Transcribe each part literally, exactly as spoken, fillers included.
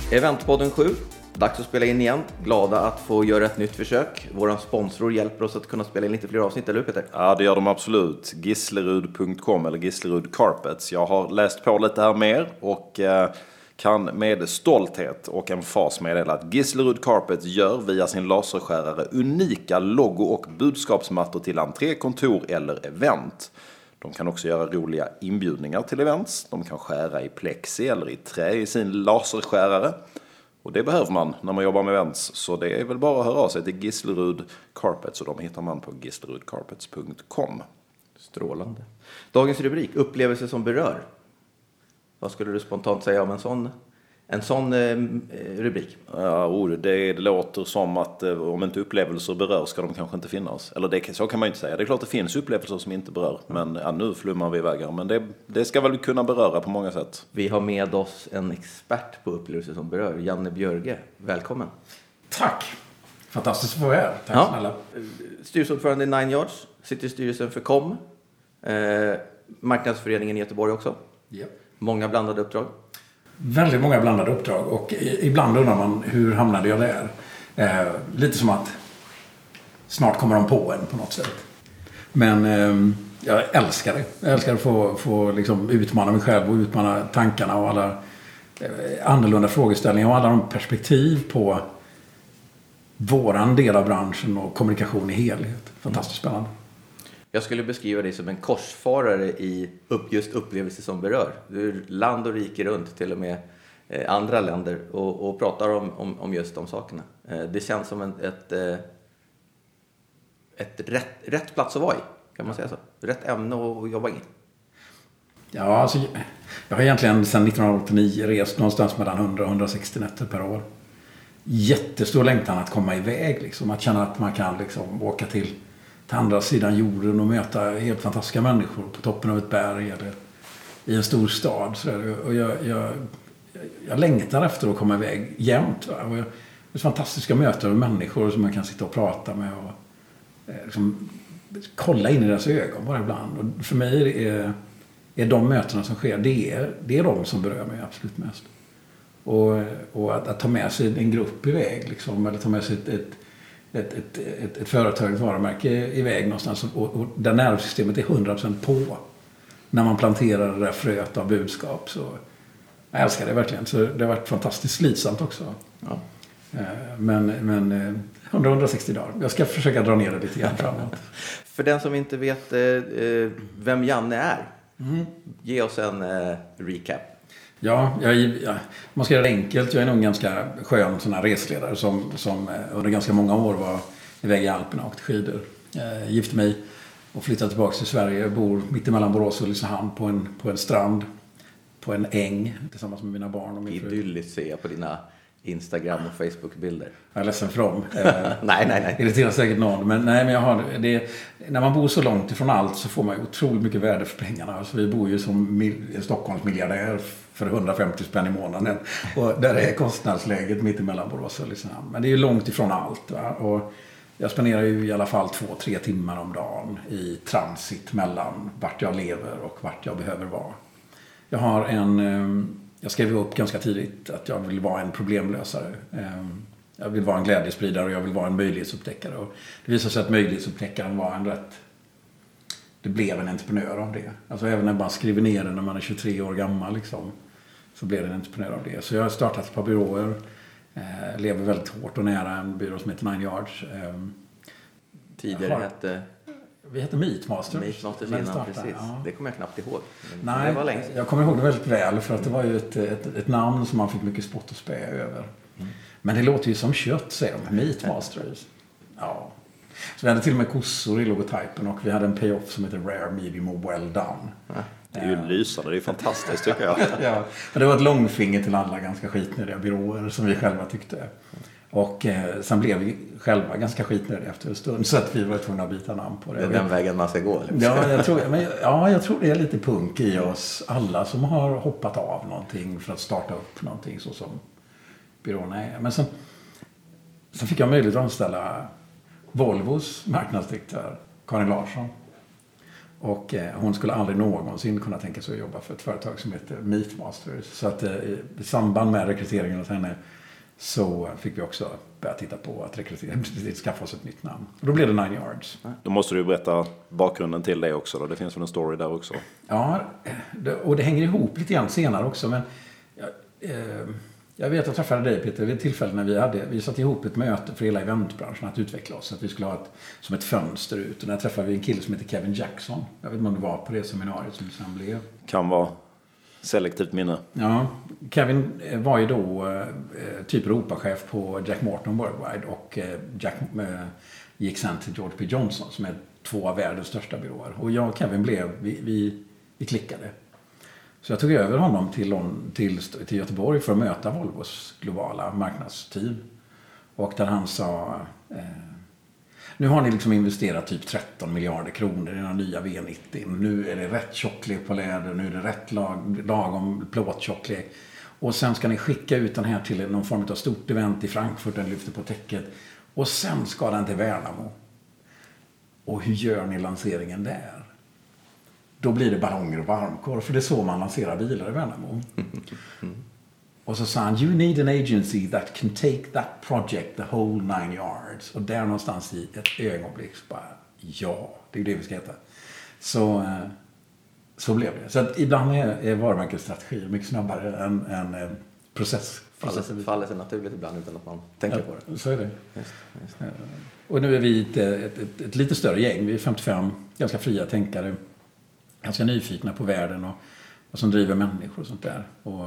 Eventpodden sju. Dags att spela in igen. Glada att få göra ett nytt försök. Våran sponsor hjälper oss att kunna spela in lite fler avsnitt, eller hur Peter? Ja, det gör de absolut. Gislerud punkt com eller Gislerud Carpets. Jag har läst på lite här mer och eh, kan med stolthet och en fas meddela att Gislerud Carpets gör via sin laserskärare unika logo- och budskapsmattor till entré, kontor eller event. De kan också göra roliga inbjudningar till events. De kan skära i plexi eller i trä i sin laserskärare. Och det behöver man när man jobbar med events. Så det är väl bara att höra av sig till Gislerud Carpets. Och de hittar man på gislerud carpets punkt com. Strålande. Dagens rubrik, upplevelse som berör. Vad skulle du spontant säga om en sån, en sån eh, rubrik? Ja, det, det låter som att eh, om inte upplevelser berör ska de kanske inte finnas. Eller det, så kan man ju inte säga. Det är klart att det finns upplevelser som inte berör. Men ja, nu flummar vi iväg här. Men det, det ska väl kunna beröra på många sätt. Vi har med oss en expert på upplevelser som berör, Janne Björge. Välkommen. Tack. Fantastiskt att få vara här. Tack Ja. snälla. Styrelseordförande i Nine Yards. Sitter i styrelsen för Kom. Eh, marknadsföreningen i Göteborg också. Yep. Många blandade uppdrag. Väldigt många blandade uppdrag och ibland undrar man hur hamnade jag där? Eh, lite som att snart kommer de på en på något sätt. Men eh, jag älskar det. Jag älskar att få, få liksom utmana mig själv och utmana tankarna och alla eh, annorlunda frågeställningar och alla de perspektiv på våran del av branschen och kommunikation i helhet. Fantastiskt spännande. Jag skulle beskriva dig som en korsfarare i upp, just upplevelser som berör. Du är land och rike runt, till och med eh, andra länder, och, och pratar om, om, om just de sakerna. Eh, det känns som en, ett, eh, ett rätt, rätt plats att vara i, kan man säga så. Rätt ämne att jobba i. Ja, alltså, jag har egentligen sedan nittonhundraåttionio rest någonstans mellan hundra och hundrasextio nätter per år. Jättestor längtan att komma iväg, liksom, att känna att man kan liksom, åka till till andra sidan jorden och möta helt fantastiska människor på toppen av ett berg eller i en stor stad. Så där. Och jag, jag, jag längtar efter att komma iväg jämt. Va? Och jag, det är fantastiska möten med människor som man kan sitta och prata med och eh, liksom, kolla in i deras ögon bara ibland. Och för mig är, är de mötena som sker, det är, det är de som berör mig absolut mest. Och, och att, att ta med sig en grupp iväg, liksom, eller ta med sig ett, ett Ett, ett, ett, ett företag, ett varumärke iväg någonstans och, och där nervsystemet är hundra procent på när man planterar det där fröet av budskap. Så jag älskar det verkligen. Så det har varit fantastiskt slitsamt också. Ja. Men, men hundra till hundrasextio dagar. Jag ska försöka dra ner det lite grann framåt. För den som inte vet eh, vem Janne är, mm. ge oss en eh, recap. Ja, jag, jag, man ska göra det enkelt. Jag är nog en ganska skön sån här resledare som, som under ganska många år var iväg i Alperna och åkte skidor. Jag gifte mig och flyttade tillbaka till Sverige. Jag bor mitt emellan Borås och Ulricehamn på en, på en strand, på en äng tillsammans med mina barn och min fru. Idylliskt ser jag på dina Instagram och Facebook-bilder. Jag är ledsen för dem. nej, nej, nej. Irriterar säkert någon. Men, nej, men jag har, det, när man bor så långt ifrån allt så får man ju otroligt mycket värde för pengarna. Alltså, vi bor ju som en Stockholmsmiljardär för hundrafemtio spänn i månaden. Och där är kostnadsläget mitt emellan Borås och Ulricehamn. Men det är ju långt ifrån allt. Va? Och jag spenderar ju i alla fall två, tre timmar om dagen i transit mellan vart jag lever och vart jag behöver vara. Jag har en... Jag skrev upp ganska tidigt att jag vill vara en problemlösare. Jag vill vara en glädjespridare och jag vill vara en möjlighetsupptäckare. Och det visade sig att möjlighetsupptäckaren var en rätt... Det blev en entreprenör av det. Alltså även när man skriver ner det när man är tjugotre år gammal liksom, så blev det en entreprenör av det. Så jag har startat ett par byråer. Eh, lever väldigt hårt och nära en byrå som heter Nine Yards. Eh, Tidigare har... hette... Vi heter Meatmasters. Meatmasters innan, precis. Ja. Det kommer jag knappt ihåg. Men Nej, det var länge. Jag kommer ihåg det väldigt väl för att det var ju ett, ett, ett namn som man fick mycket spott och spä över. Mm. Men det låter ju som kött, säger de. Meatmasters. Ja. Så vi hade till och med kossor i logotypen och vi hade en payoff som heter Rare, Medium och Well Done. Ja. Det är ju lysande, det är fantastiskt tycker jag. Ja, det var ett långfinger till alla ganska skitnödiga byråer som vi själva tyckte. Och eh, sen blev vi själva ganska skitnödiga efter en stund så att vi var tvungna att byta namn på det. Det är den vägen man ska gå. Liksom. Ja, jag tror, men, ja, jag tror det är lite punk i oss alla som har hoppat av någonting för att starta upp någonting så som byråerna är. Men sen, sen fick jag möjlighet att anställa Volvos marknadsdirektör Karin Larsson. Och eh, hon skulle aldrig någonsin kunna tänka sig att jobba för ett företag som heter Meatmasters. Så att eh, i samband med rekryteringen hos henne så fick vi också börja titta på att rekrytera, skaffa oss ett nytt namn. Och då blev det Nine Yards. Då måste du berätta bakgrunden till det också då. Det finns väl en story där också. Ja, det, och det hänger ihop lite grann senare också. Men jag, eh, jag vet att jag träffade dig, Peter, vid ett tillfälle när vi hade, vi satt ihop ett möte för hela eventbranschen att utveckla oss. Att vi skulle ha ett, som ett fönster ut. Och där träffade vi en kille som heter Kevin Jackson. Jag vet inte om du var på det seminariet som sen blev. Kan vara selektivt minne. Ja, Kevin var ju då eh, typ Europachef på Jack Morton Worldwide och eh, Jack eh, gick sen till George P. Johnson som är två av världens största byråer. Och jag och Kevin blev, vi, vi, vi klickade. Så jag tog över honom till, till, till Göteborg för att möta Volvos globala marknadsteam. Och där han sa, eh, nu har ni liksom investerat typ tretton miljarder kronor i den nya V nittio. Nu är det rätt tjocklek på läder, nu är det rätt lag, lagom plåttjocklek. Och sen ska ni skicka ut den här till någon form av stort event i Frankfurt, den lyfter på täcket. Och sen ska den till Värnamo. Och hur gör ni lanseringen där? Då blir det ballonger och varmkorv, för det är så man lanserar bilar i Värnamo. Mm. Och så sa han, you need an agency that can take that project the whole nine yards. Och där någonstans i ett ögonblick så bara, ja, det är det vi ska heta. Så, så blev det. Så att ibland är, är varumärkesstrategier mycket snabbare än, än eh, process. Faller, faller sig naturligt ibland utan att man tänker ja, på det. Så är det. Just, just. Och nu är vi ett, ett, ett, ett lite större gäng. Vi är femtiofem ganska fria tänkare. Ganska nyfikna på världen och vad som driver människor och sånt där. Och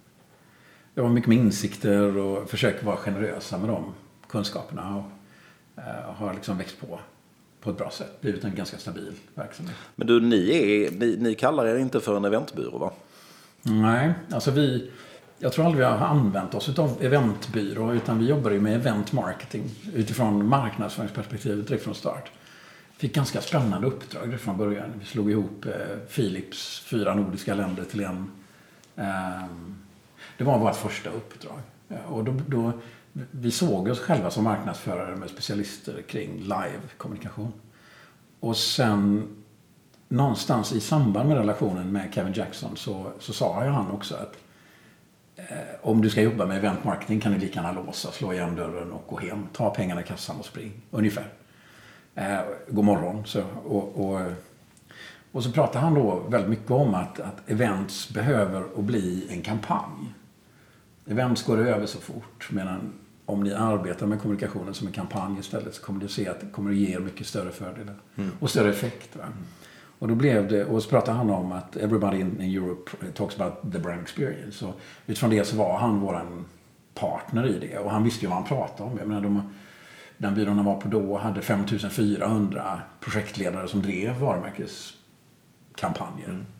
jag har mycket med insikter och försöker vara generösa med de kunskaperna och uh, har liksom växt på på ett bra sätt. Blivit en ganska stabil verksamhet. Men du, ni, är, ni, ni kallar er inte för en eventbyrå, va? Nej, alltså vi, jag tror aldrig vi har använt oss av eventbyrå, utan vi jobbar ju med event marketing utifrån marknadsföringsperspektivet direkt från start. Fick ganska spännande uppdrag från början. Vi slog ihop eh, Philips fyra nordiska länder till en. Eh, det var vårt första uppdrag. Ja, och då, då, vi såg oss själva som marknadsförare med specialister kring live-kommunikation. Och sen någonstans i samband med relationen med Kevin Jackson så, så sa jag han också att eh, om du ska jobba med event marketing kan du lika gärna låsa, slå igen dörren och gå hem. Ta pengarna i kassan och spring. Ungefär. Eh, god morgon. Så, och, och, och så pratar han då väldigt mycket om att, att events behöver att bli en kampanj. Events går över så fort, medan om ni arbetar med kommunikationen som en kampanj istället så kommer du se att det kommer att ge mycket större fördelar mm. och större effekt. Va? Och då blev det, och så pratade han om att everybody in, in Europe talks about the brand experience. Och utifrån det så var han våran partner i det, och han visste ju vad han pratade om. Jag menar, de, den byrån han var på då hade fem tusen fyrahundra projektledare som drev varumärkeskampanjer. Mm.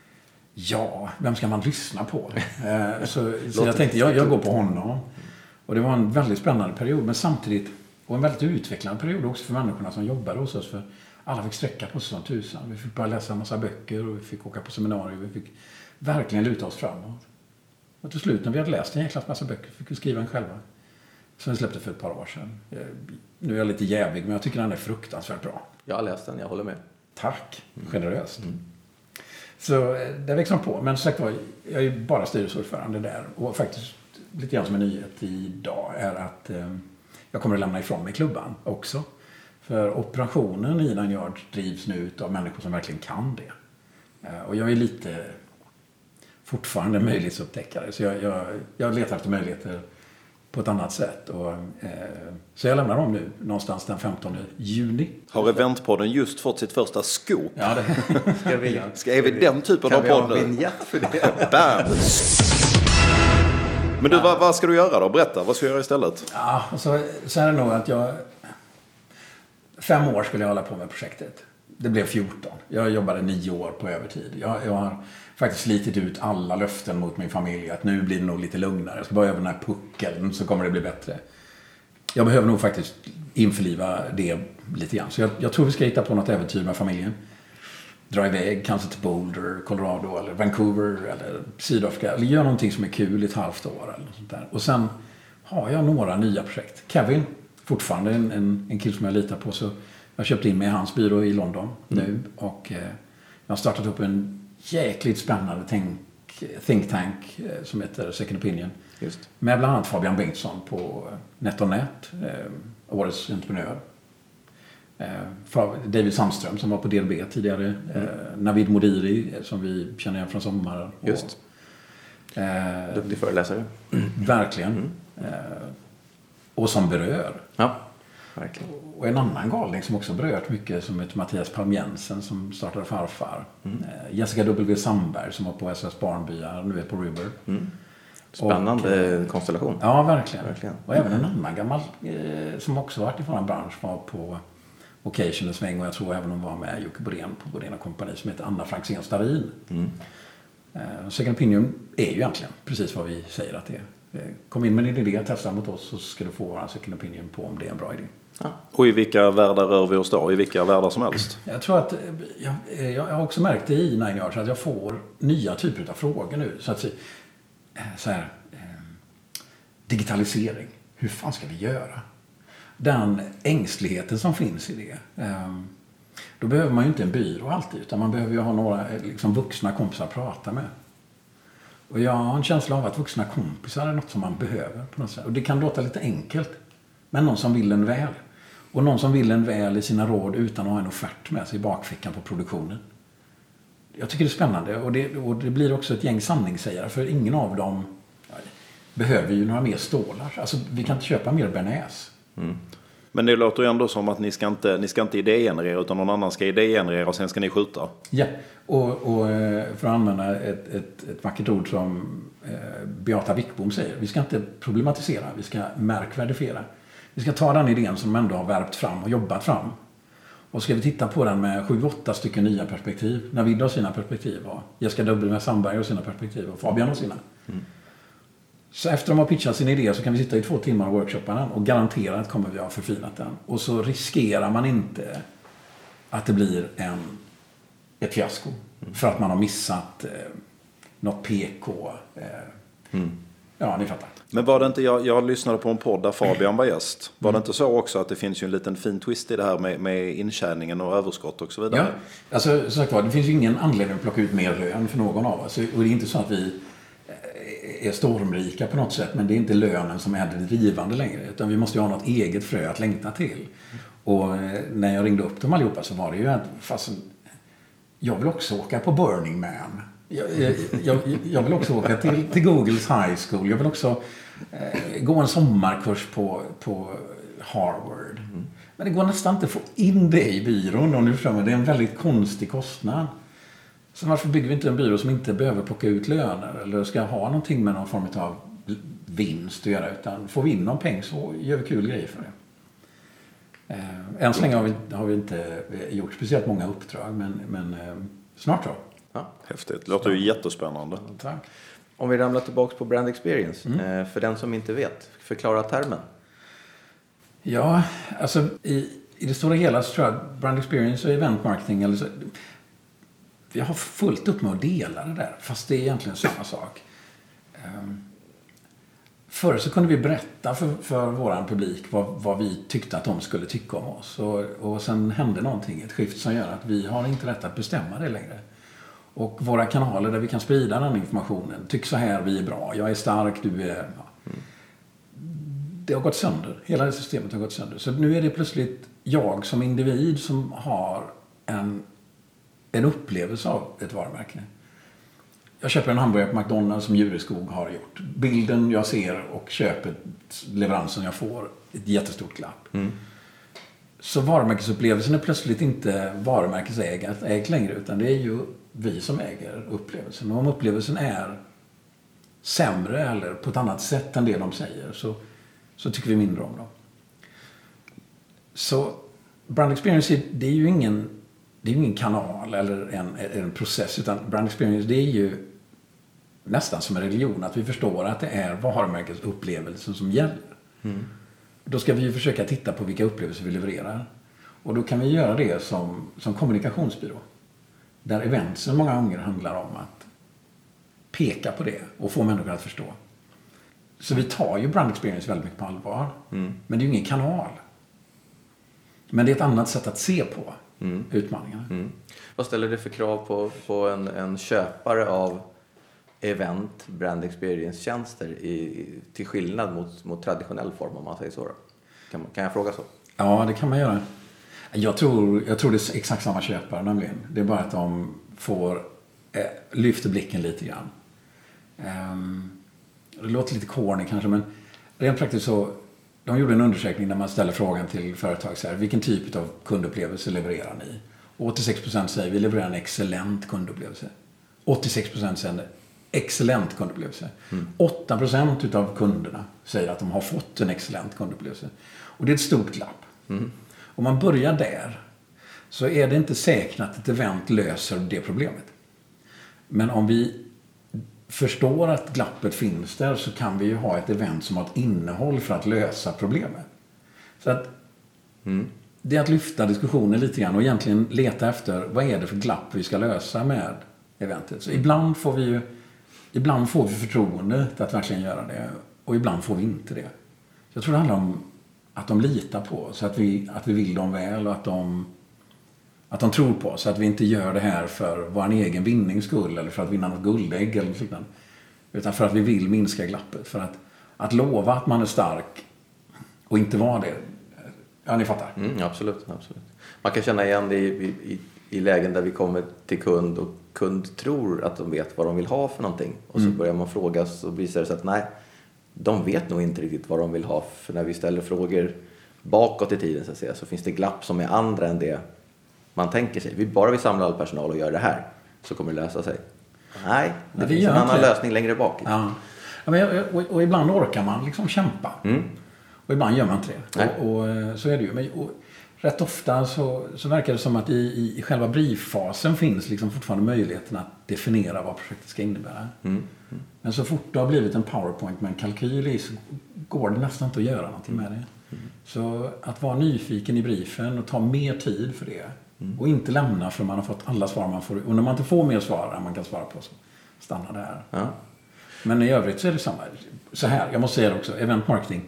Ja, vem ska man lyssna på? eh, så så jag tänkte, jag, jag går på honom. Och det var en väldigt spännande period, men samtidigt, och en väldigt utvecklande period också för människorna som jobbade hos oss. För alla fick sträcka på sig som tusan. Vi fick bara läsa en massa böcker och vi fick åka på seminarier. Vi fick verkligen luta oss framåt. Och till slut när vi hade läst en jäkla massa böcker fick vi skriva en själva. Som vi släppte för ett par år sedan. Nu är jag lite jävig, men jag tycker den är fruktansvärt bra. Jag har läst den, jag håller med. Tack, generöst. Mm. Så det växer man på. Men som sagt var, jag är bara styrelseordförande där. Och faktiskt lite grann som en nyhet idag är att eh, jag kommer att lämna ifrån mig klubban också. För operationen i Nine Yards drivs nu av människor som verkligen kan det. Eh, och jag är lite fortfarande möjlighetsupptäckare. Så jag, jag, jag letar efter möjligheter på ett annat sätt. Och, eh, så jag lämnar dem nu någonstans den femtonde juni. Har Eventpodden just fått sitt första scoop? Ja, det ska vi, ska är vi den typen av podd nu? Kan vi ha en vignett för det? Bam! Men du, vad, vad ska du göra då? Berätta, vad ska du göra istället? Ja, och så, så är det nog att jag... Fem år skulle jag hålla på med projektet. Det blev fjorton. Jag jobbade nio år på övertid. Jag, jag har faktiskt slitit ut alla löften mot min familj att nu blir det nog lite lugnare. Jag ska bara över den här puckeln så kommer det bli bättre. Jag behöver nog faktiskt införliva det lite grann. Så jag, jag tror vi ska hitta på något äventyr med familjen. Dra iväg, kanske till Boulder, Colorado eller Vancouver eller Sydafrika. Eller göra någonting som är kul i ett halvt år eller sånt där. Och sen har jag några nya projekt. Kevin, fortfarande en, en, en kille som jag litar på. Så Jag köpte in mig i hans byrå i London mm. nu. Och eh, jag har startat upp en jäkligt spännande tänk, think tank eh, som heter Second Opinion. Just. Med bland annat Fabian Bengtsson på NetOnNet, eh, årets entreprenör. Eh, David Sandström som var på D L B tidigare. Mm. Eh, Navid Modiri som vi känner igen från sommaren. Just. Och, eh, duktig föreläsare. Verkligen. Mm. Eh, och som berör. Ja, verkligen. Och en annan galning som också berört mycket som heter Mattias Palm Jensen som startade Farfar. Mm. Eh, Jessica W. Sandberg som var på S S Barnbyar, nu är på River. Mm. Spännande och, konstellation. Ja, verkligen. verkligen. Och även en annan gammal eh, som också varit i vår bransch var på Occasion en sväng och jag tror även hon var med Jocke Borén på Borén och Company som heter Anna Franksén Starin. Mm. Eh, Second Opinion är ju egentligen precis vad vi säger att det är. Eh, kom in med en idé, testa mot oss så ska du få vår Second Opinion på om det är en bra idé. Ja. Och i vilka världar rör vi oss då? I vilka världar som helst? Jag tror att jag, jag har också märkt det i Nine Yards att jag får nya typer av frågor nu. Så att så här, eh, digitalisering. Hur fan ska vi göra? Den ängsligheten som finns i det. Eh, då behöver man ju inte en byrå alltid. Utan man behöver ju ha några liksom, vuxna kompisar att prata med. Och jag har en känsla av att vuxna kompisar är något som man behöver på något sätt. Och det kan låta lite enkelt. Men någon som vill en väl. Och någon som vill en väl i sina råd utan att ha en offert med sig i bakfickan på produktionen. Jag tycker det är spännande. Och det, och det blir också ett gäng sanningssägare. För ingen av dem ja, behöver ju några mer stålar. Alltså vi kan inte köpa mer bearnaise. Mm. Men det låter ju ändå som att ni ska inte, ni ska inte idégenerera utan någon annan ska idégenerera och sen ska ni skjuta. Ja, och, och för att använda ett, ett, ett vackert ord som eh, Beata Wickbom säger. Vi ska inte problematisera, vi ska märkvärdifiera. Vi ska ta den idén som de ändå har värpt fram och jobbat fram. Och ska vi titta på den med sju, åtta stycken nya perspektiv. Navid har sina perspektiv och Jessica W. Sandberg har sina perspektiv och Fabian har sina. Mm. Så efter de har pitchat sin idé så kan vi sitta i två timmar och workshoppa den och garantera att kommer vi ha förfinat den. Och så riskerar man inte att det blir en, ett fiasko. Mm. För att man har missat eh, något P K. Eh, mm. Ja, ni fattar. Men var det inte, jag, jag lyssnade på en podd där Fabian var gäst. Var det inte så också att det finns ju en liten fin twist i det här med, med intjäningen och överskott och så vidare? Ja, alltså som sagt var, det finns ju ingen anledning att plocka ut mer lön för någon av oss. Och det är inte så att vi är stormrika på något sätt, men det är inte lönen som är det drivande längre. Utan vi måste ju ha något eget frö att längta till. Och när jag ringde upp dem allihopa så var det ju att fast jag vill också åka på Burning Man. Jag, jag, jag, jag vill också åka till, till Googles High School. Jag vill också eh, gå en sommarkurs på, på Harvard. Mm. Men det går nästan inte att få in det i byrån. Om du förstår mig. Det är en väldigt konstig kostnad. Så varför bygger vi inte en byrå som inte behöver plocka ut löner eller ska ha någonting med någon form av vinst att göra, utan får vi in någon peng så gör vi kul grejer för det. Eh, än så länge har vi, har vi inte gjort speciellt många uppdrag, men, men eh, snart så. Ja, häftigt. Det låter ju jättespännande. Tack. Om vi ramlar tillbaka på brand experience, mm. eh, för den som inte vet, förklara termen. Ja, alltså i, i det stora hela så tror jag att brand experience och event marketing eller så, vi har fullt upp med att dela det där, fast det är egentligen samma sak. Um, förr så kunde vi berätta för, för vår publik vad, vad vi tyckte att de skulle tycka om oss. Och, och sen hände någonting, ett skift som gör att vi har inte rätt att bestämma det längre. Och våra kanaler där vi kan sprida den informationen, tyck så här, vi är bra, jag är stark, du är... Ja. Mm. Det har gått sönder, hela det systemet har gått sönder. Så nu är det plötsligt jag som individ som har en... en upplevelse av ett varumärke. Jag köper en hamburgare på McDonald's som Djureskog har gjort. Bilden jag ser och köpet, leveransen jag får, ett jättestort glapp. Mm. Så varumärkesupplevelsen är plötsligt inte varumärkesägt längre, utan det är ju vi som äger upplevelsen. Och om upplevelsen är sämre eller på ett annat sätt än det de säger så, så tycker vi mindre om dem. Så brand experience, det är ju ingen Det är ingen kanal eller en, en process, utan brand experience, det är ju nästan som en religion, att vi förstår att det är varumärkesupplevelsen som gäller. Mm. Då ska vi ju försöka titta på vilka upplevelser vi levererar. Och då kan vi göra det som, som kommunikationsbyrå. Där eventsen många gånger handlar om att peka på det och få människor att förstå. Så vi tar ju brand experience väldigt mycket på allvar. Mm. Men det är ju ingen kanal. Men det är ett annat sätt att se på mm. utmaningarna. Mm. Vad ställer det för krav på, på en, en köpare av event, brand experience-tjänster i, till skillnad mot, mot traditionell form, om man säger så? Då? Kan, kan jag fråga så? Ja, det kan man göra. Jag tror, jag tror det är exakt samma köpare nämligen. Det är bara att de får eh, lyfter blicken lite grann. Um, det låter lite corny kanske, men rent praktiskt så de gjorde en undersökning där man ställer frågan till företag så här: vilken typ av kundupplevelse levererar ni? åttiosex procent säger vi levererar en excellent kundupplevelse. åttiosex procent säger excellent kundupplevelse. Mm. åtta procent utav kunderna säger att de har fått en excellent kundupplevelse. Och det är ett stort glapp. Mm. Om man börjar där så är det inte säkert att ett event löser det problemet. Men om vi förstår att glappet finns där så kan vi ju ha ett event som har ett innehåll för att lösa problemet. Så att mm. det är att lyfta diskussionen lite grann och egentligen leta efter vad är det för glapp vi ska lösa med eventet. Så ibland får vi ju ibland får vi förtroendet att verkligen göra det och ibland får vi inte det. Så jag tror det handlar om att de litar på oss, att vi, att vi vill dem väl och att de, att de tror på oss. Så att vi inte gör det här för vår egen vinnings skull eller för att vinna något guldägg eller något liknande. Utan för att vi vill minska glappet. För att, att lova att man är stark och inte vara det. Ja, ni fattar. Mm, absolut, absolut. Man kan känna igen det i, i, i lägen där vi kommer till kund och kund tror att de vet vad de vill ha för någonting. Och så mm. börjar man fråga och visar det sig att nej, de vet nog inte riktigt vad de vill ha. För när vi ställer frågor bakåt i tiden så, att säga, så finns det glapp som är andra än det man tänker sig. Vi bara vi samlar all personal och gör det här så kommer det lösa sig. Nej, det Nej, finns en annan det. lösning längre bak. Ja. Ja, men, och, och ibland orkar man liksom kämpa. Mm. Och ibland gör man inte det. Och, och så är det ju. Men, och, rätt ofta så, så verkar det som att i, i, i själva brieffasen finns liksom fortfarande möjligheten att definiera vad projektet ska innebära. Mm. Mm. Men så fort det har blivit en PowerPoint med en kalkyl i så går det nästan inte att göra någonting med det. Mm. Så att vara nyfiken i briefen och ta mer tid för det. Mm. Och inte lämna för man har fått alla svar man får. Och när man inte får mer svar än man kan svara på så stanna där. Ja. Men i övrigt så är det samma. Så här, jag måste säga det också. Event marketing.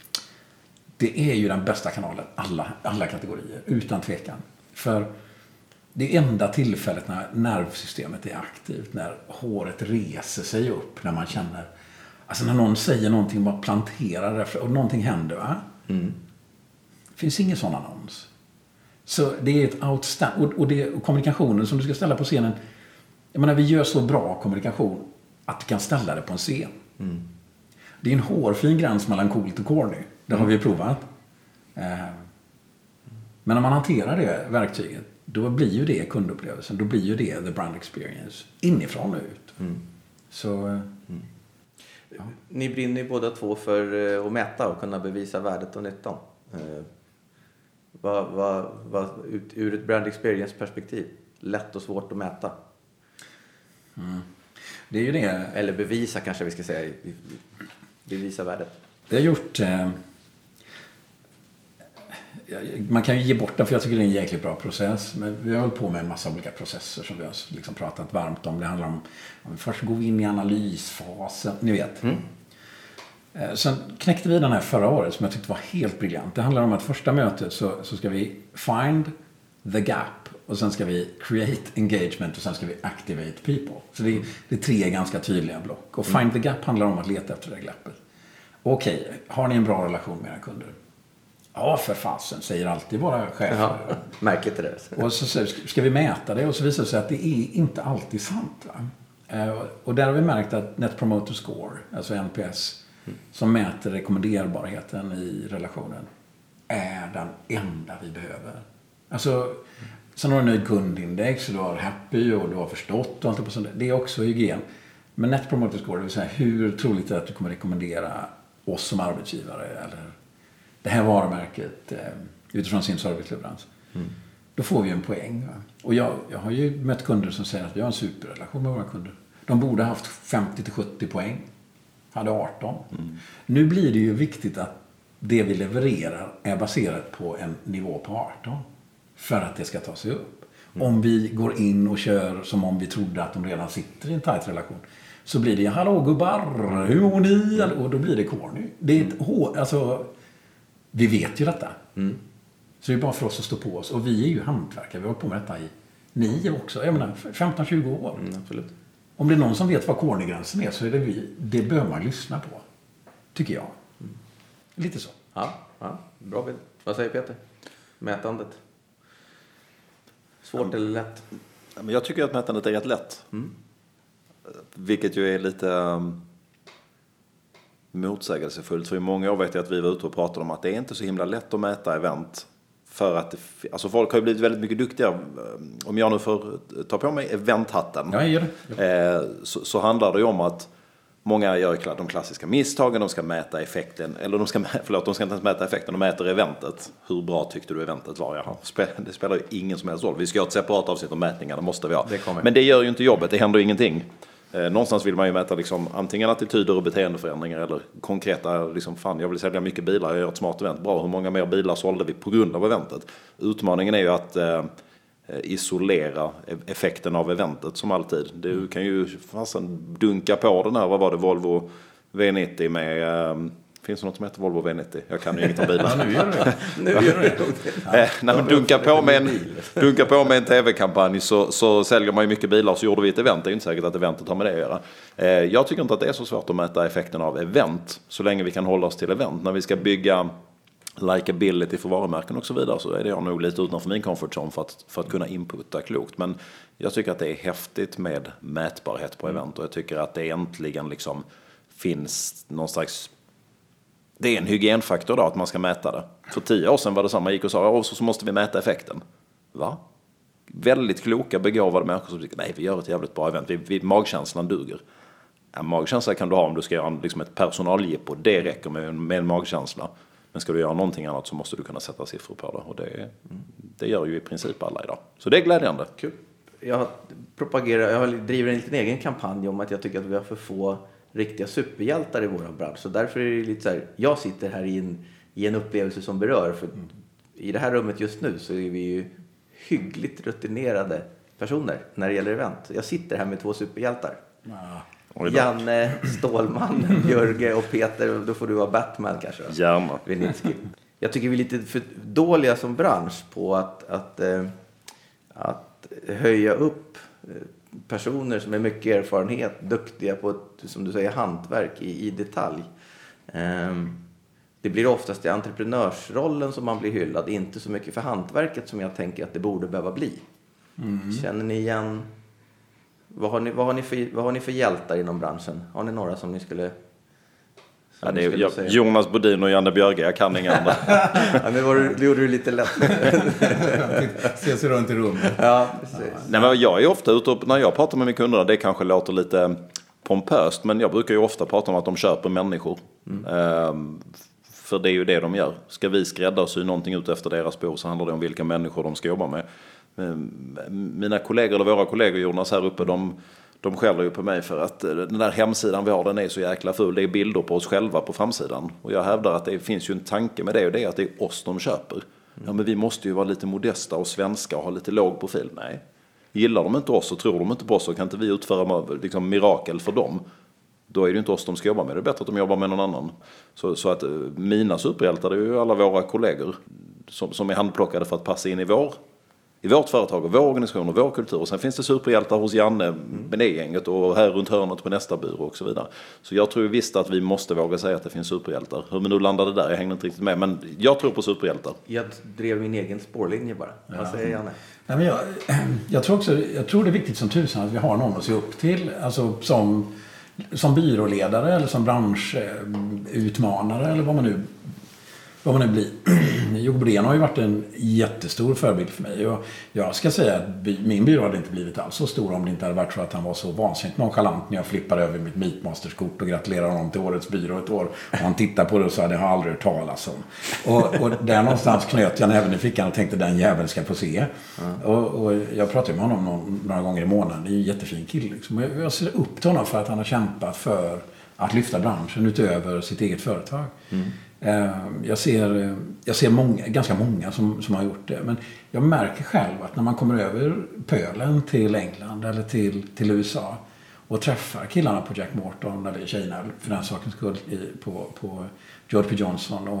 Det är ju den bästa kanalen. Alla, alla kategorier. Utan tvekan. För det enda tillfället när nervsystemet är aktivt. När håret reser sig upp. När man känner. Alltså när någon säger någonting. Bara planterar det. Och någonting händer va? Mm. Det finns ingen sån annons. Så det är ett outstand. Och, och, det, och kommunikationen som du ska ställa på scenen. Jag menar vi gör så bra kommunikation. Att du kan ställa det på en scen. Mm. Det är en hårfin gräns mellan coolt och corny. Det har vi provat. Men när man hanterar det verktyget, då blir ju det kundupplevelsen. Då blir ju det the brand experience. Inifrån och ut. Mm. Så, mm. Ja. Ni brinner ju båda två för att mäta och kunna bevisa värdet och nyttan. Vad, vad, vad, ut, ur ett brand experience perspektiv, lätt och svårt att mäta. Mm. Det är ju det. Eller bevisa kanske vi ska säga. Bevisa värdet. Det har gjort... Eh, man kan ju ge bort den för jag tycker det är en jäkligt bra process. Men vi har hållit på med en massa olika processer som vi har liksom pratat varmt om. Det handlar om... om först går vi in i analysfasen. Ni vet. Mm. Eh, sen knäckte vi den här förra året som jag tyckte var helt briljant. Det handlar om att första mötet så, så ska vi find the gap. Och sen ska vi create engagement och sen ska vi activate people. Så det är, det är tre ganska tydliga block. Och find the gap handlar om att leta efter det glappet. Okej, okay, har ni en bra relation med era kunder? Ja, för fasen, säger alltid våra chefer. Ja, märker inte det. Och så ska vi mäta det och så visar det sig att det är inte alltid sant. Va? Och där har vi märkt att Net Promoter Score, alltså N P S, mm. som mäter rekommenderbarheten i relationen, är den enda vi behöver. Alltså... Mm. Sen har du nöjd kundindex och du har happy och du har förstått och allt på sånt. Det är också hygien. Men Net Promoter Score, det vill säga hur troligt är det att du kommer rekommendera oss som arbetsgivare eller det här varumärket eh, utifrån sin serviceleverans. Mm. Då får vi en poäng. Va? Och jag, jag har ju mött kunder som säger att vi har en superrelation med våra kunder. De borde ha haft femtio till sjuttio poäng. Hade arton. Mm. Nu blir det ju viktigt att det vi levererar är baserat på en nivå på arton. För att det ska ta sig upp. Mm. Om vi går in och kör som om vi trodde att de redan sitter i en tajt relation. Så blir det, hallå gubbar, hur mår ni? Och då blir det corny. Det är ett hår, alltså, vi vet ju detta. Mm. Så det är bara för oss att stå på oss. Och vi är ju hantverkare. Vi har hållit på med detta i ni också. Jag menar, femton tjugo år. Mm, absolut. Om det är någon som vet vad cornergränsen är så är det vi. Det bör man lyssna på. Tycker jag. Mm. Lite så. Ja, ja, bra bild. Vad säger Peter? Mätandet. Svårt eller lätt? Men jag tycker att mätandet är rätt lätt. Mm. Vilket ju är lite um, motsägelsefullt. För i många år vet jag att vi var ute och pratade om att det är inte så himla lätt att mäta event. För att det, alltså folk har ju blivit väldigt mycket duktiga. Om jag nu får ta på mig eventhatten. Ja, jag gör det. Eh, så, så handlar det ju om att många gör de klassiska misstagen. De ska mäta effekten. Eller de ska, förlåt, de ska inte ens mäta effekten. De mäter eventet. Hur bra tyckte du eventet var? Jaha. Det spelar ju ingen som helst roll. Vi ska ha ett separat avsnitt om mätningarna. Måste vi ha. Det Men det gör ju inte jobbet. Det händer ju ingenting. Eh, någonstans vill man ju mäta liksom, antingen attityder och beteendeförändringar. Eller konkreta, liksom, fan jag vill sälja mycket bilar. Jag gör ett smart event. Bra, hur många mer bilar sålde vi på grund av eventet? Utmaningen är ju att eh, isolera effekten av eventet som alltid. Du kan ju fasen dunka på den här, vad var det, Volvo V nittio med, um, finns det något som heter Volvo V nittio? Jag kan ju inget om bilar. Ja, nu gör du det. Nu gör du det. eh, nej, men dunka på med en, dunka på med en tv-kampanj så, så säljer man ju mycket bilar så gjorde vi ett event. Det är inte säkert att eventet har med det att göra. Eh, jag tycker inte att det är så svårt att mäta effekten av event så länge vi kan hålla oss till event. När vi ska bygga likability för varumärken och så vidare så är det jag nog lite utanför min comfort zone för att, för att kunna inputta klokt. Men jag tycker att det är häftigt med mätbarhet på event och jag tycker att det äntligen liksom finns någon slags, det är en hygienfaktor då att man ska mäta det. För tio år sedan var det samma, gick och sa och så, så måste vi mäta effekten. Va? Väldigt kloka, begåvade människor som tycker nej vi gör ett jävligt bra event, vi, vi, magkänslan duger. Ja, magkänsla kan du ha om du ska göra liksom ett personalgippo, det räcker med, med en magkänsla. Men ska du göra någonting annat så måste du kunna sätta siffror på det. Och det, det gör ju i princip alla idag. Så det är glädjande. Kul. Jag propagerar, jag driver en liten egen kampanj om att jag tycker att vi har för få riktiga superhjältar i vår bransch. Så därför är det lite så här, jag sitter här i en, i en upplevelse som berör. För mm. i det här rummet just nu så är vi ju hyggligt rutinerade personer när det gäller event. Jag sitter här med två superhjältar. Ja. Janne, Stålman, Jörge och Peter. Då får du vara Batman kanske. Gärna. Vinitsky. Jag tycker vi är lite för dåliga som bransch på att, att, eh, att höja upp personer som är mycket erfarenhet, duktiga på ett, som du säger, hantverk i, i detalj. Eh, det blir oftast i entreprenörsrollen som man blir hyllad, inte så mycket för hantverket som jag tänker att det borde behöva bli. Mm. Känner ni igen... Vad har, ni, vad, har ni för, vad har ni för hjältar inom branschen? Har ni några som ni skulle, som ja, det ni är, skulle jag, säga? Jonas Bodin och Janne Björge, jag kan inga andra. Ja, men var du, det gjorde du lite lätt. Se sig runt i rummet. Ja, precis. Ja. Nej, men jag är ofta ute och, när jag pratar med mina kunder, det kanske låter lite pompöst, men jag brukar ju ofta prata om att de köper människor. Mm. Ehm, för det är ju det de gör. Ska vi skräddarsy någonting ut efter deras behov så handlar det om vilka människor de ska jobba med. Mina kollegor eller våra kollegor Jonas här uppe, de, de skäller ju på mig för att den där hemsidan vi har, den är så jäkla ful. Det är bilder på oss själva på framsidan. Och jag hävdar att det finns ju en tanke med det och det är att det är oss de köper. Ja, men vi måste ju vara lite modesta och svenska och ha lite låg profil. Nej. Gillar de inte oss och tror de inte på oss så kan inte vi utföra liksom, mirakel för dem. Då är det ju inte oss de ska jobba med. Det är bättre att de jobbar med någon annan. Så, så att mina superhjältar är ju alla våra kollegor som, som är handplockade för att passa in i vår i vårt företag och vår organisation och vår kultur. Och sen finns det superhjältar hos Janne med det gänget och här runt hörnet på nästa byrå och så vidare. Så jag tror visst att vi måste våga säga att det finns superhjältar. Hur men nu landade där, jag hängde inte riktigt med. Men jag tror på superhjältar. Jag drev min egen spårlinje bara. Ja. Vad säger Janne? Nej, men jag, jag, tror också, jag tror det är viktigt som tusan att vi har någon att se upp till. Alltså som, som byråledare eller som branschutmanare eller vad man nu vad man nu blir. Jocke Bodén har ju varit en jättestor förebild för mig. Och jag ska säga att min byrå hade inte blivit alls så stor om det inte hade varit så att han var så vansinnigt nonchalant när jag flippade över mitt Meatmasters-kort och gratulerade honom till årets byrå ett år. Och han tittade på det och sa att det har aldrig hört talas om. Och, och där någonstans knöt jag näven i fickan och tänkte den jäveln ska få se. Mm. Och, och jag pratade med honom någon, några gånger i månaden. Det är ju en jättefin kille. Liksom. Jag, jag ser upp till honom för att han har kämpat för att lyfta branschen utöver sitt eget företag. Mm. Jag ser, jag ser många, ganska många som, som har gjort det. Men jag märker själv att när man kommer över pölen till England eller till, till U S A och träffar killarna på Jack Morton eller tjejerna för den sakens skull i, på, på George P. Johnson och,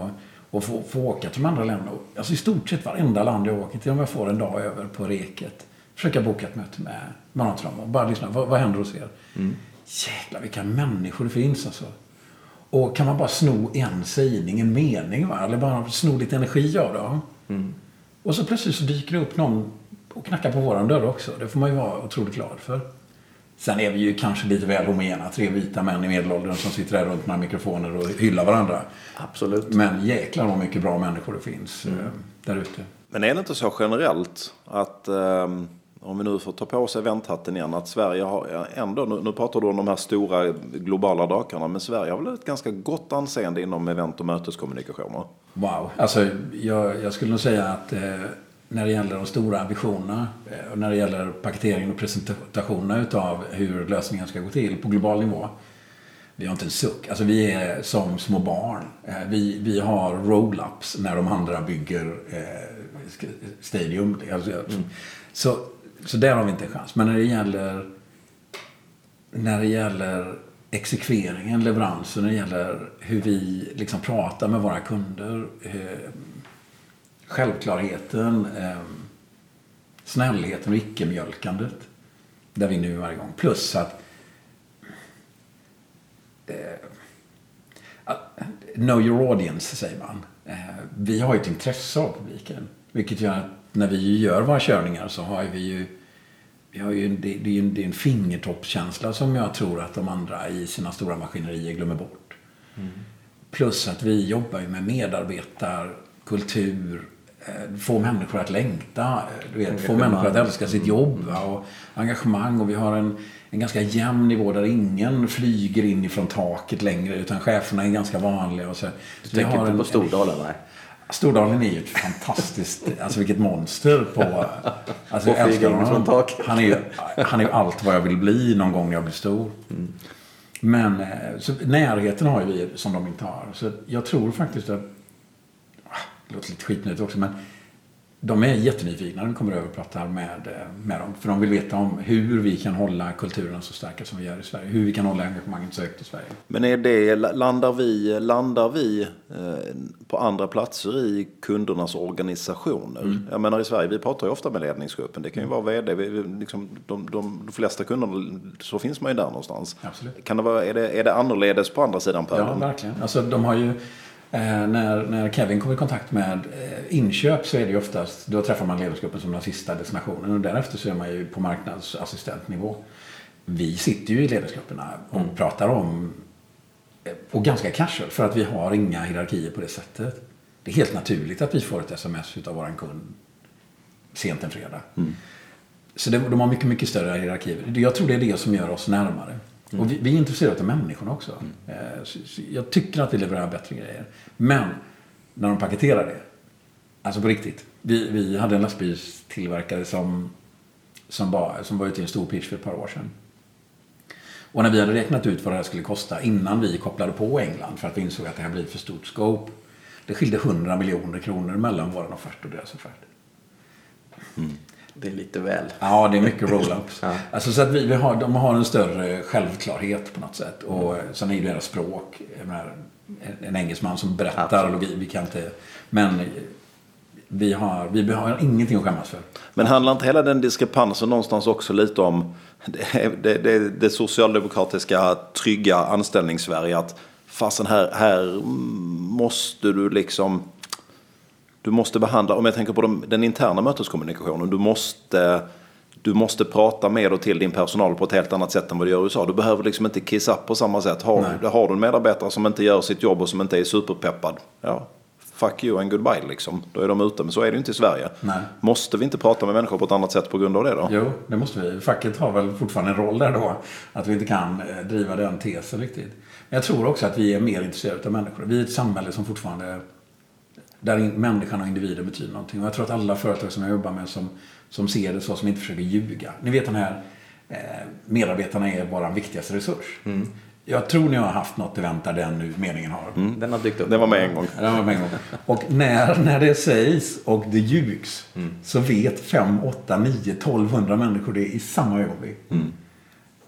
Och få, få åka till de andra länderna. Alltså i stort sett varenda land jag åker till, om jag får en dag över på Reket. Försöka boka ett möte med, med något av dem och bara lyssna. Vad, vad händer hos er? Mm. Jäklar vilka människor det finns alltså. Och kan man bara sno en sägning, en mening, va? Eller bara sno lite energi av det. Mm. Och så plötsligt så dyker det upp någon och knackar på våran dörr också. Det får man ju vara otroligt glad för. Sen är vi ju kanske lite väl homogena. Tre vita män i medelåldern som sitter där runt några mikrofoner och hyllar varandra. Absolut. Men jäklar vad mycket bra människor det finns mm. där ute. Men är det inte så generellt att... Um... Om vi nu får ta på oss eventhatten igen, att Sverige har ändå, nu, nu pratar du om de här stora globala drakarna, men Sverige har väl ett ganska gott anseende inom event- och möteskommunikationer? Wow, alltså jag, jag skulle nog säga att eh, när det gäller de stora ambitionerna eh, och när det gäller paketeringen och presentationerna utav hur lösningen ska gå till på global nivå, vi har inte en suck. Alltså vi är som små barn. Eh, vi, vi har roll-ups när de andra bygger eh, stadium. Alltså, mm. Så Så där har vi inte en chans. Men när det gäller när det gäller exekveringen, leveransen, när det gäller hur vi liksom pratar med våra kunder, eh, självklarheten, eh, snällheten och icke-mjölkandet, där vi nu varje gång. Plus att eh, know your audience, säger man. Eh, vi har ju ett intresse av publiken, vilket gör att när vi gör våra körningar så har vi ju, vi har ju det, det är en, det är en fingertoppskänsla som jag tror att de andra i sina stora maskinerier glömmer bort. Mm. Plus att vi jobbar ju med medarbetarkultur, få människor att längta, du vet, få människor att älska sitt jobb och engagemang, och vi har en, en ganska jämn nivå där ingen flyger in ifrån taket längre, utan cheferna är ganska vanliga. Och så. Du tänker inte en, på Stordalen, nej? Stordalen är ju ett fantastiskt, alltså vilket monster på, alltså jag älskar honom. Han är ju, han är ju allt vad jag vill bli någon gång när jag blir stor. Mm. Men så, närheten har ju vi som de inte har. Så jag tror faktiskt att, det låter lite skitnödigt också, men de är jättenyfikna när vi kommer över och pratar med, med dem. För de vill veta om hur vi kan hålla kulturen så starka som vi gör i Sverige. Hur vi kan hålla engagemanget så högt i Sverige. Men är det, landar vi, landar vi eh, på andra platser i kundernas organisationer? Mm. Jag menar i Sverige, vi pratar ju ofta med ledningsgruppen. Det kan ju vara vd. Vi, liksom, de, de, de flesta kunderna, så finns man ju där någonstans. Absolut. Kan det vara, är, det, är det annorledes på andra sidan pölen? Ja, verkligen. Alltså de har ju... Eh, när, när Kevin kommer i kontakt med eh, inköp så är det ju oftast, då träffar man ledningsgruppen som den sista destinationen, och därefter så är man ju på marknadsassistentnivå. Vi sitter ju i ledningsgrupperna och mm. pratar om, eh, och ganska casual, för att vi har inga hierarkier på det sättet. Det är helt naturligt att vi får ett sms utav våran kund sent en fredag. Mm. Så det, de har mycket, mycket större hierarkier. Jag tror det är det som gör oss närmare. Mm. Och vi, vi är intresserade av människorna också. Mm. Eh, så, så jag tycker att vi levererar bättre grejer. Men när de paketerar det, alltså på riktigt. Vi, vi hade en lastbilstillverkare som, som, var, som var ute i en stor pitch för ett par år sedan. Och när vi hade räknat ut vad det här skulle kosta innan vi kopplade på England, för att vi insåg att det här blir för stort scope. Det skilde hundra miljoner kronor mellan vår offert och deras offert. Mm. Det är lite väl. Ja, det är mycket roll-ups. Ja. Alltså, så att vi, vi har, de har en större självklarhet på något sätt. Och sen är det deras språk. Menar, en engelsman som berättar logik, vi kan inte... Men vi har, vi har ingenting att skämmas för. Men handlar inte hela den diskrepansen någonstans också lite om det, det, det, det socialdemokratiska trygga anställningssverige, att fastän här, här måste du liksom... Du måste behandla, om jag tänker på de, den interna möteskommunikationen, du måste, du måste prata med och till din personal på ett helt annat sätt än vad du gör i U S A. Du behöver liksom inte kiss up på samma sätt. Har, har du en medarbetare som inte gör sitt jobb och som inte är superpeppad, ja, fuck you and goodbye liksom. Då är de ute, men så är det inte i Sverige. Nej. Måste vi inte prata med människor på ett annat sätt på grund av det då? Jo, det måste vi. Facket har väl fortfarande en roll där då, att vi inte kan driva den tesen riktigt. Men jag tror också att vi är mer intresserade av människor. Vi är ett samhälle som fortfarande... där människan och individen betyder någonting. Och jag tror att alla företag som jag jobbar med som, som ser det så, som inte försöker ljuga. Ni vet, den här eh, medarbetarna är vår viktigaste resurs. Mm. Jag tror ni har haft något event där den nu meningen har. Mm. Den har dykt upp. Den var med en gång. Den var med en gång. Och när, när det sägs och det ljugs, mm. så vet fem, åtta, nio, tolvhundra människor det i samma ögonblick. Mm.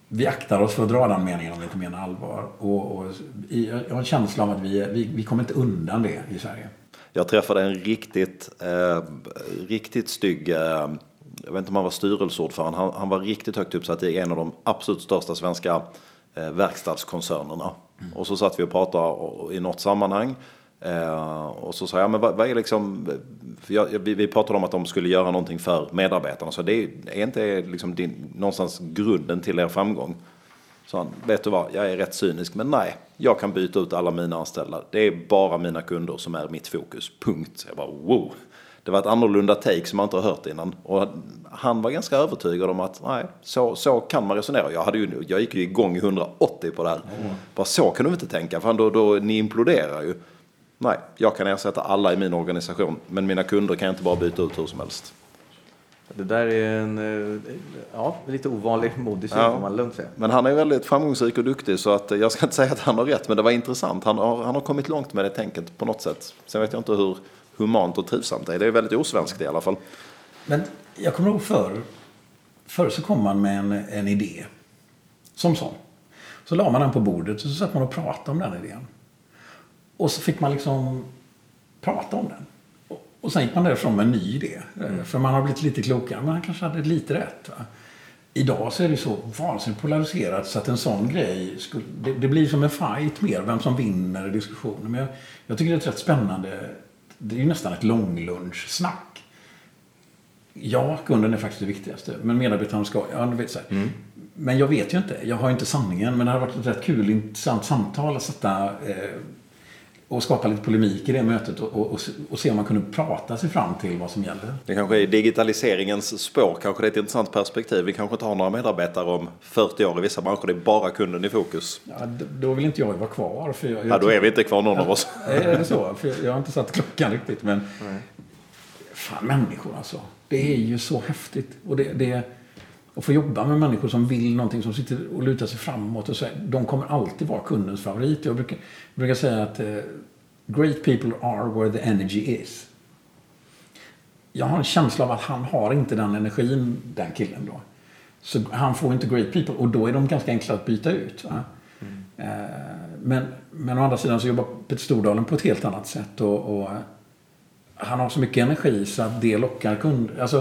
vi aktar oss för att dra den meningen om vi inte menar allvar. Och, och jag har en känsla av att vi, vi, vi kommer inte undan det i Sverige. Jag träffade en riktigt, eh, riktigt stygg, eh, jag vet inte om han var styrelseordförande, han, han var riktigt högt uppsatt i en av de absolut största svenska eh, verkstadskoncernerna. Mm. Och så satt vi och pratade i något sammanhang. Eh, och så sa jag, men vad, vad är liksom, jag, vi, vi pratade om att de skulle göra någonting för medarbetarna, så det är, är inte liksom din, någonstans grunden till er framgång. Så han, vet du vad, jag är rätt cynisk, men nej, jag kan byta ut alla mina anställda. Det är bara mina kunder som är mitt fokus, punkt. Jag bara, wow. Det var ett annorlunda take som man inte har hört innan. Och han var ganska övertygad om att nej, så, så kan man resonera. Jag, hade ju, jag gick ju igång i hundraåttio på det här. Mm. Bara så kan du inte tänka, för då, då ni imploderar ju. Nej, jag kan ersätta alla i min organisation, men mina kunder kan jag inte bara byta ut hur som helst. Det där är en ja, lite ovanlig modig syn, får man lugnt säga. Men han är väldigt framgångsrik och duktig, så att jag ska inte säga att han har rätt, men det var intressant. Han har, han har kommit långt med det tänket på något sätt. Sen vet jag inte hur humant och trivsamt det är. Det är väldigt osvenskt i alla fall. Men jag kommer ihåg förr, förr så kom man med en, en idé. Som sån. Så la man den på bordet och så satt man och pratade om den idén. Och så fick man liksom prata om den. Och, och sen gick man därifrån med en ny idé. Mm. För man har blivit lite klokare, men han kanske hade lite rätt. Va? Idag så är det så vansinnigt polariserat så att en sån grej, skulle, det, det blir som en fight mer, vem som vinner i diskussionen. Men jag, jag tycker det är rätt spännande. Det är ju nästan ett långlunchsnack. Ja, kunden är faktiskt det viktigaste. Men medarbetarna ska, ja, du vet så här. Mm. Men jag vet ju inte, jag har ju inte sanningen. Men det har varit ett rätt kul, intressant samtal att sätta eh, och skapa lite polemik i det mötet och, och, och se om man kunde prata sig fram till vad som gäller. Det kanske är digitaliseringens spår, kanske det är ett intressant perspektiv. Vi kanske inte har några medarbetare om fyrtio år i vissa branscher, det är bara kunden i fokus. Ja, då vill inte jag vara kvar. För jag, jag ja, då är vi inte kvar någon ja, av oss. Är det så? För jag har inte satt klockan riktigt, men nej. Fan, människor alltså. Det är ju så häftigt. Och det, det att få jobba med människor som vill någonting, som sitter och lutar sig framåt och så, de kommer alltid vara kundens favorit. Jag brukar, jag brukar säga att uh, great people are where the energy is. Jag har en känsla av att han har inte den energin, den killen då. Så han får inte great people, och då är de ganska enkla att byta ut. Va? Mm. Uh, men, men å andra sidan så jobbar Peter Stordalen på ett helt annat sätt, och, och han har så mycket energi så att det lockar kunder. Alltså,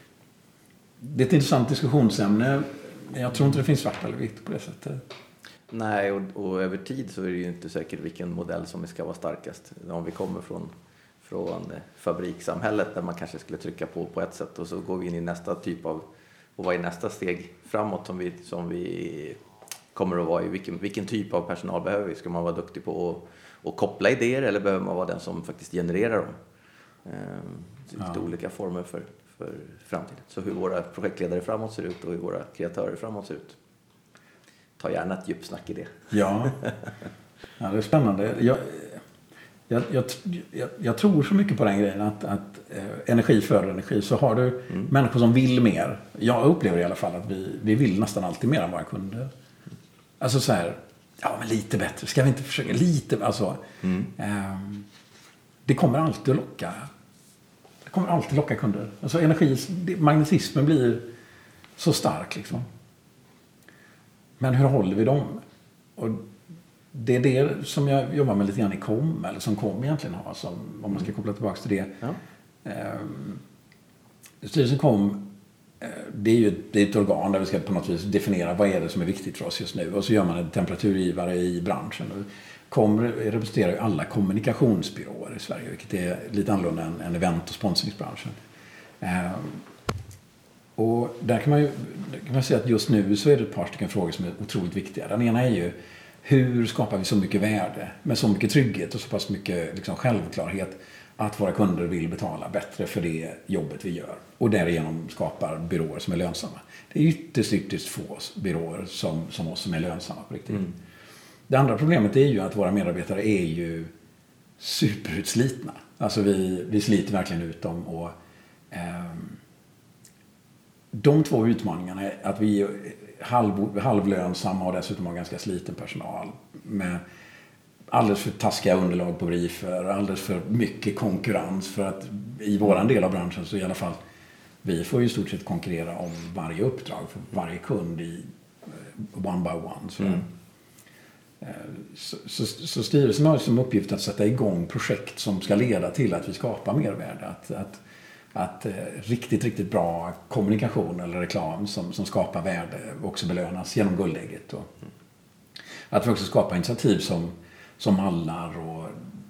det är ett intressant diskussionsämne. Men jag tror inte det finns svart eller vitt på det sättet. Nej, och, och över tid så är det ju inte säkert vilken modell som ska vara starkast. Om vi kommer från, från fabrikssamhället där man kanske skulle trycka på på ett sätt, och så går vi in i nästa typ av, och vad är nästa steg framåt som vi, som vi kommer att vara i? Vilken, vilken typ av personal behöver vi? Ska man vara duktig på att, att koppla idéer, eller behöver man vara den som faktiskt genererar dem? Ehm, lite ja. olika former för för framtiden. Så hur våra projektledare framåt ser ut och hur våra kreatörer framåt ser ut. Ta gärna ett djupsnack i det. Ja, ja det är spännande. Jag, jag, jag, jag, jag tror så mycket på den grejen att, att eh, energi för energi, så har du mm. människor som vill mer. Jag upplever i alla fall att vi, vi vill nästan alltid mer än våra kunder. Mm. Alltså så här, ja men lite bättre. Ska vi inte försöka lite, alltså. Mm. Eh, det kommer alltid att locka kommer alltid locka kunder. Alltså energi, magnetismen blir så stark liksom. Men hur håller vi dem? Och det är det som jag jobbar med lite grann i kom, eller som kom egentligen har, som, om man ska koppla tillbaka till det. Ja. Ehm, styrelsen kom, det är ju det är ett organ där vi ska på något vis definiera vad är det som är viktigt för oss just nu. Och så gör man en temperaturgivare i branschen. Kom representerar ju alla kommunikationsbyråer i Sverige, vilket är lite annorlunda än, än event- och sponsringsbranschen. Eh, och där kan man ju kan man säga att just nu så är det ett par stycken frågor som är otroligt viktiga. Den ena är ju, hur skapar vi så mycket värde med så mycket trygghet och så pass mycket liksom, självklarhet att våra kunder vill betala bättre för det jobbet vi gör, och därigenom skapar byråer som är lönsamma. Det är ytterst, ytterst få byråer som, som oss som är lönsamma på riktigt. Mm. Det andra problemet är ju att våra medarbetare är ju superutslitna. Alltså vi, vi sliter verkligen ut dem, och eh, de två utmaningarna är att vi är halv, halvlönsamma och dessutom har ganska sliten personal med alldeles för taskiga underlag på briefer, alldeles för mycket konkurrens, för att i våran del av branschen så i alla fall vi får ju i stort sett konkurrera om varje uppdrag för varje kund i one by one. Så, mm. så, så, så styrelsen har som uppgift att sätta igång projekt som ska leda till att vi skapar mervärde. Att, att, att eh, riktigt, riktigt bra kommunikation eller reklam som, som skapar värde också belönas genom guldägget. Och att vi också skapar initiativ som, som mallar och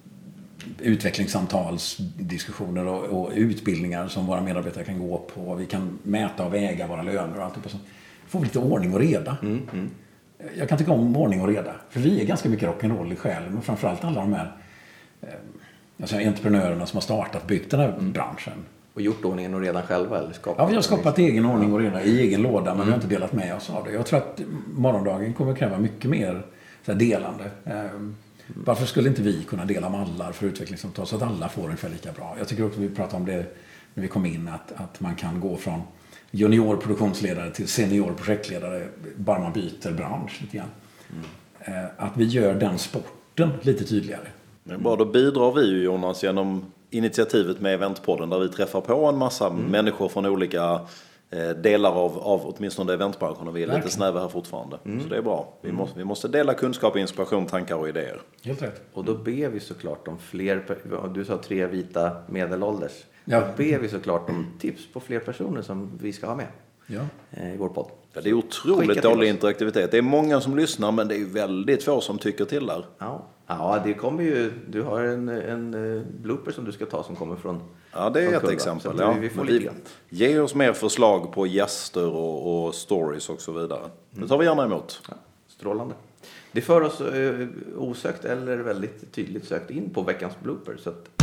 utvecklingssamtalsdiskussioner och, och utbildningar som våra medarbetare kan gå på. Vi kan mäta och väga våra löner och allt det. Så får vi lite ordning och reda. Mm, mm. Jag kan tycka om ordning och reda. För vi är ganska mycket rock'n'roll i själen. Men framförallt alla de här eh, alltså entreprenörerna som har startat, byggt den här mm. branschen. Och gjort ordningen och redan själva? Eller skapat ja, vi har skapat egen ordning och reda i egen låda. Men mm. vi har inte delat med oss av det. Jag tror att morgondagen kommer kräva mycket mer så här, delande. Eh, Varför skulle inte vi kunna dela mallar för utvecklingssamtal så att alla får ungefär lika bra? Jag tycker också att vi pratade om det när vi kom in, att, att man kan gå från junior produktionsledare till senior projektledare bara man byter bransch lite grann. Mm. Att vi gör den sporten lite tydligare. Men bra, då bidrar vi ju, Jonas, genom initiativet med Eventpodden där vi träffar på en massa mm. människor från olika delar av, av åtminstone eventbranschen, och vi är Verkligen. lite snäva här fortfarande. Mm. Så det är bra. Vi, mm. måste, vi måste dela kunskap, inspiration, tankar och idéer. Helt rätt. Och då ber vi såklart om fler, du sa tre vita medelålders. Ja. Då ber vi såklart om tips på fler personer som vi ska ha med ja. i vår podd. Ja, det är otroligt dålig interaktivitet. Det är många som lyssnar, men det är väldigt få som tycker till där. Ja, ja det kommer ju, du har en, en blooper som du ska ta som kommer från. Ja, det är ett Kulla, exempel. Ja. Vi, vi får lite ge oss mer förslag på gäster och, och stories och så vidare. Mm. Det tar vi gärna emot. Ja, strålande. Det för oss eh, osökt eller väldigt tydligt sökt in på veckans blooper. Så att...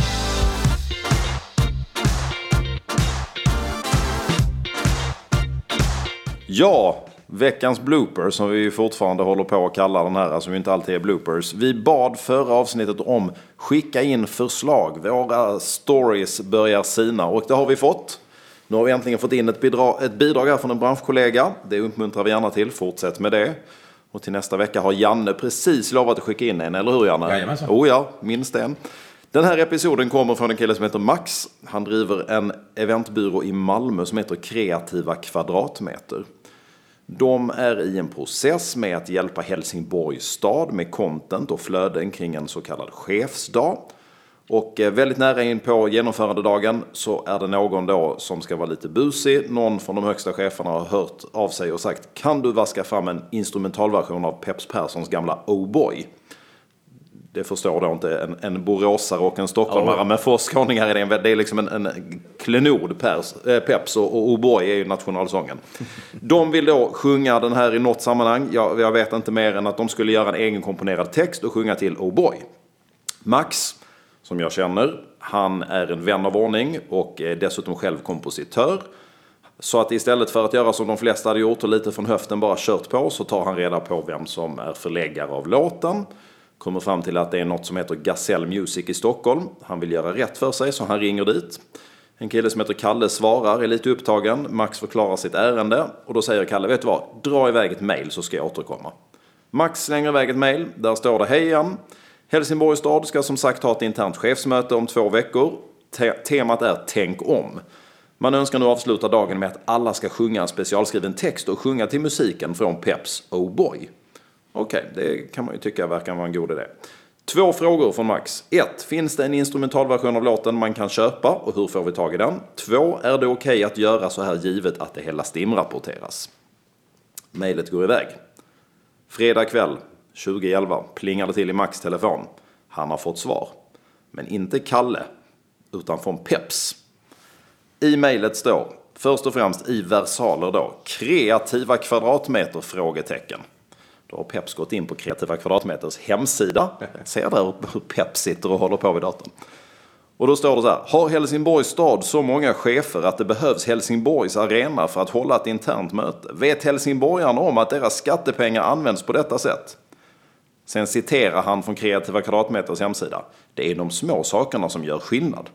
Ja, veckans blooper som vi fortfarande håller på att kalla den här, alltså vi inte alltid är bloopers. Vi bad förra avsnittet om skicka in förslag. Våra stories börjar sina och det har vi fått. Nu har vi äntligen fått in ett bidrag, ett bidrag här från en branschkollega. Det uppmuntrar vi gärna till. Fortsätt med det. Och till nästa vecka har Janne precis lovat att skicka in en, eller hur Janne? Jajamensan. Oh ja, minst en. Den här episoden kommer från en kille som heter Max. Han driver en eventbyrå i Malmö som heter Kreativa Kvadratmeter. De är i en process med att hjälpa Helsingborgs stad med content och flöden kring en så kallad chefsdag. Och väldigt nära in på genomförandedagen så är det någon då som ska vara lite busig. Någon från de högsta cheferna har hört av sig och sagt: kan du vaska fram en instrumentalversion av Peps Perssons gamla Oh Boy? Det förstår då inte en, en boråsare och en stockholmare, oh. men för oss skåningar är det, en, det är liksom en, en klenod pers, äh, Peps och, och Oh Boy är ju nationalsången. De vill då sjunga den här i något sammanhang. Jag, jag vet inte mer än att de skulle göra en egen komponerad text och sjunga till Oh Boy. Max, som jag känner, han är en vän av ordning och är dessutom själv kompositör. Så att istället för att göra som de flesta hade gjort och lite från höften bara kört på, så tar han reda på vem som är förläggare av låten. Kommer fram till att det är något som heter Gazelle Music i Stockholm. Han vill göra rätt för sig så han ringer dit. En kille som heter Kalle svarar, är lite upptagen. Max förklarar sitt ärende och då säger Kalle: vet du vad, dra iväg ett mejl så ska jag återkomma. Max slänger iväg ett mejl. Där står det: hej igen. Helsingborgs stad ska som sagt ha ett internt chefsmöte om två veckor. Te- temat är tänk om. Man önskar nu avsluta dagen med att alla ska sjunga en specialskriven text och sjunga till musiken från Peps Oh Boy. Okej, okay, det kan man ju tycka verkar vara en god idé. Två frågor från Max. ett. Finns det en instrumentalversion av låten man kan köpa och hur får vi tag i den? två. Är det okej okay att göra så här givet att det hela stimrapporteras? Mejlet går iväg. Fredag kväll tjugo elva plingade till i Max telefon. Han har fått svar. Men inte Kalle, utan från Peps. I mejlet står först och främst i versaler då: kreativa kvadratmeter frågetecken. Då har Peps gått in på Kreativa Kvadratmeters hemsida. Jag ser där hur Peps sitter och håller på vid datorn. Och då står det så här: har Helsingborgs stad så många chefer att det behövs Helsingborgs arena för att hålla ett internt möte? Vet helsingborgarna om att deras skattepengar används på detta sätt? Sen citerar han från Kreativa Kvadratmeters hemsida: det är de små sakerna som gör skillnad.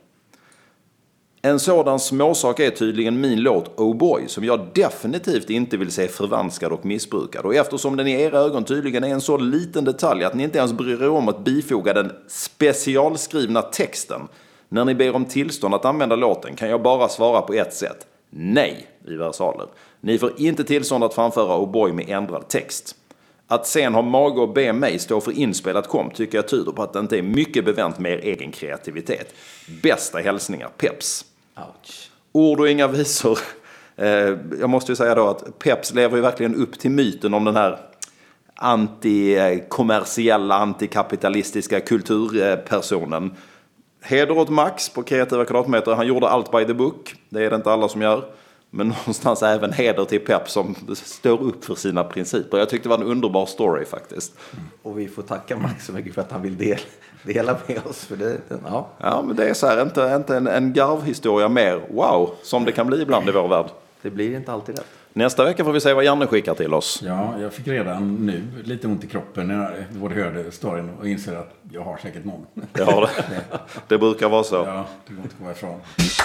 En sådan småsak är tydligen min låt Oh Boy, som jag definitivt inte vill se förvanskad och missbrukad. Och eftersom den i era ögon tydligen är en så liten detalj att ni inte ens bryr er om att bifoga den specialskrivna texten när ni ber om tillstånd att använda låten, kan jag bara svara på ett sätt: nej, i versaler. Ni får inte tillstånd att framföra O'boy med ändrad text. Att sen ha mage och be mig stå för inspelat kom tycker jag tyder på att det inte är mycket bevänt med er egen kreativitet. Bästa hälsningar, Peps. Ouch. Ord och inga visor. Eh, jag måste ju säga då att Peps lever ju verkligen upp till myten om den här antikommersiella, antikapitalistiska kulturpersonen. Heder åt Max på Kreativa Kvadratmeter. Han gjorde allt by the book. Det är det inte alla som gör. Men någonstans även heder till Pep som står upp för sina principer. Jag tyckte det var en underbar story faktiskt. Och vi får tacka Max så mycket för att han vill del, dela med oss. För det, ja. ja, men det är så här, inte, inte en, en garvhistoria mer. Wow, som det kan bli ibland i vår värld. Det blir inte alltid rätt. Nästa vecka får vi se vad Janne skickar till oss. Ja, jag fick redan nu lite ont i kroppen när jag både hörde storyn och inser att jag har säkert någon. Ja, det, det brukar vara så. Ja, det går inte att komma ifrån.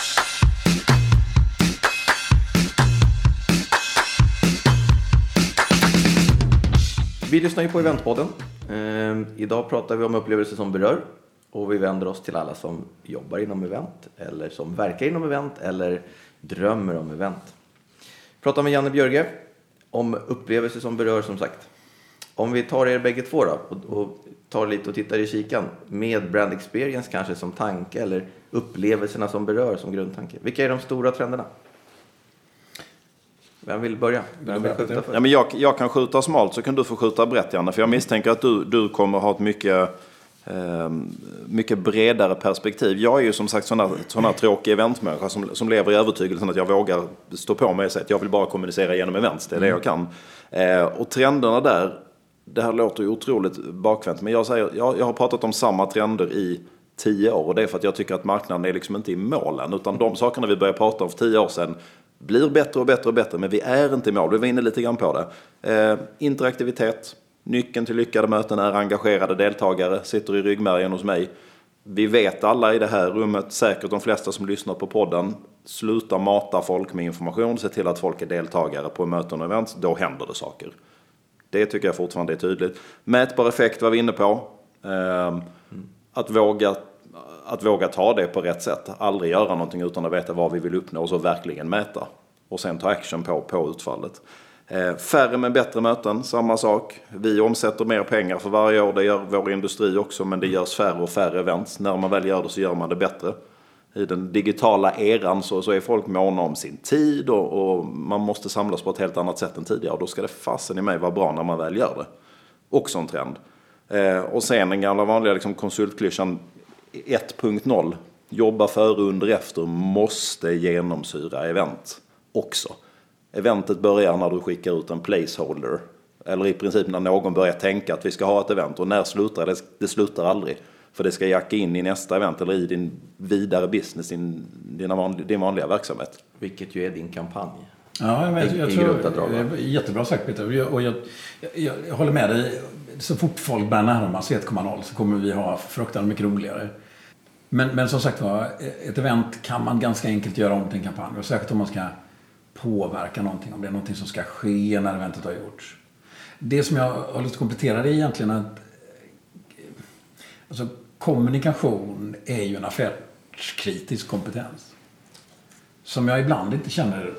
Vi lyssnar ju på Eventpodden. Ehm, idag pratar vi om upplevelser som berör. Och vi vänder oss till alla som jobbar inom event. Eller som verkar inom event. Eller drömmer om event. Vi pratar med Janne Björge om upplevelser som berör som sagt. Om vi tar er bägge två då. Och, och tar lite och tittar i kikan. Med brand experience kanske som tanke. Eller upplevelserna som berör som grundtanke. Vilka är de stora trenderna? Vem vill börja? Vem vill skjuta för? Ja, men jag, jag kan skjuta smalt så kan du få skjuta brett, Janne. För jag misstänker att du, du kommer ha ett mycket, eh, mycket bredare perspektiv. Jag är ju som sagt sån här, sån här tråkig eventmänniska som, som lever i övertygelsen att jag vågar stå på mig och säga att jag vill bara kommunicera genom events. Det är mm. det jag kan. Eh, och trenderna där, det här låter ju otroligt bakvänt. Men jag, säger, jag, jag har pratat om samma trender i tio år. Och det är för att jag tycker att marknaden är liksom inte i målen. Utan de sakerna vi började prata om för tio år sedan blir bättre och bättre och bättre, men vi är inte i mål. Vi var inne lite grann på det. Eh, interaktivitet, nyckeln till lyckade möten är engagerade deltagare, sitter i ryggmärgen hos mig. Vi vet alla i det här rummet, säkert de flesta som lyssnar på podden, sluta mata folk med information, se till att folk är deltagare på möten och event, då händer det saker. Det tycker jag fortfarande är tydligt. Mätbar effekt var vi inne på. Eh, mm. Att våga Att våga ta det på rätt sätt. Aldrig göra någonting utan att veta vad vi vill uppnå och så verkligen mäta. Och sen ta action på, på utfallet. Eh, färre men bättre möten, samma sak. Vi omsätter mer pengar för varje år. Det gör vår industri också, men det görs färre och färre events. När man väl gör det så gör man det bättre. I den digitala eran så, så är folk måna om sin tid och, och man måste samlas på ett helt annat sätt än tidigare. Och då ska det fasen i mig vara bra när man väl gör det. Också en trend. Eh, och sen den gamla vanliga liksom, konsultklyschan ett punkt noll, jobba före, under, efter, måste genomsyra event också. Eventet börjar när du skickar ut en placeholder. Eller i princip när någon börjar tänka att vi ska ha ett event. Och när slutar det? Det slutar aldrig. För det ska jacka in i nästa event eller i din vidare business, din, din, vanliga, din vanliga verksamhet. Vilket ju är din kampanj. Ja, jag, jag, jag tror det är jättebra sagt, Peter. Och jag, jag, jag håller med dig. Så fort folk börjar närma sig ett komma noll så kommer vi ha fruktansvärt mycket roligare. Men, men som sagt var, ett event kan man ganska enkelt göra om till en kampanj. Och särskilt om man ska påverka någonting, om det är någonting som ska ske när eventet har gjorts. Det som jag har lust att komplettera det är egentligen att alltså, kommunikation är ju en affärskritisk kompetens. Som jag ibland inte känner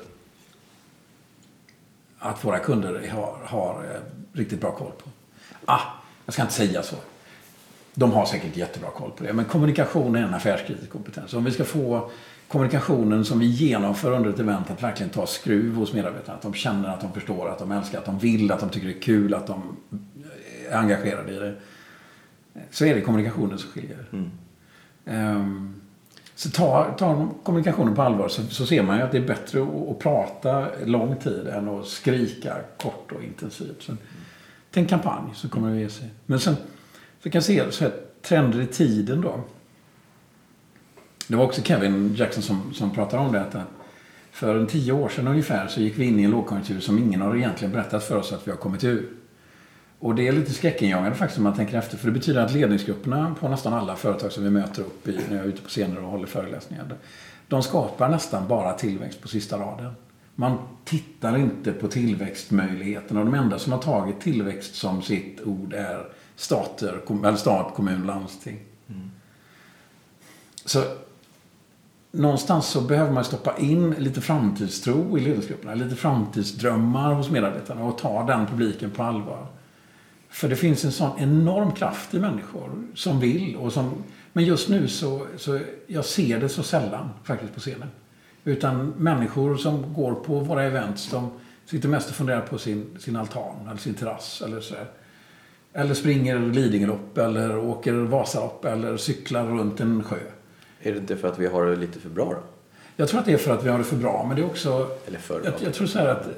att våra kunder har, har riktigt bra koll på. Ah, jag ska inte säga så. De har säkert jättebra koll på det. Men kommunikation är en affärskritisk kompetens. Om vi ska få kommunikationen som vi genomför under ett event att verkligen ta skruv hos medarbetarna. Att de känner att de förstår, att de älskar, att de vill, att de tycker det är kul, att de är engagerade i det. Så är det kommunikationen som skiljer. Mm. Um, så tar, tar kommunikationen på allvar så, så ser man ju att det är bättre att, att prata lång tid än att skrika kort och intensivt. Så, till en kampanj så kommer det att ge sig. Men sen så kan jag se så här, trender i tiden då. Det var också Kevin Jackson som, som pratade om det. Att för en tio år sedan ungefär så gick vi in i en lågkonjunktur som ingen har egentligen berättat för oss att vi har kommit ur. Och det är lite skräckinjagande faktiskt om man tänker efter. För det betyder att ledningsgrupperna på nästan alla företag som vi möter upp i när jag är ute på scener och håller föreläsningar. De skapar nästan bara tillväxt på sista raden. Man tittar inte på tillväxtmöjligheterna. Och de enda som har tagit tillväxt som sitt ord är stater, eller stat, kommun, landsting. Mm. Så någonstans så behöver man stoppa in lite framtidstro i ledningsgrupperna. Lite framtidsdrömmar hos medarbetarna och ta den publiken på allvar. För det finns en sån enorm kraft i människor som vill. Och som, men just nu så, så jag ser det så sällan faktiskt på scenen. Utan människor som går på våra events, de sitter mest och funderar på sin, sin altan eller sin terrass eller så här. Eller springer Lidingölopp eller åker Vasalopp eller cyklar runt en sjö. Är det inte för att vi har det lite för bra då? Jag tror att det är för att vi har det för bra, men det är också... Eller för jag, jag tror så här att...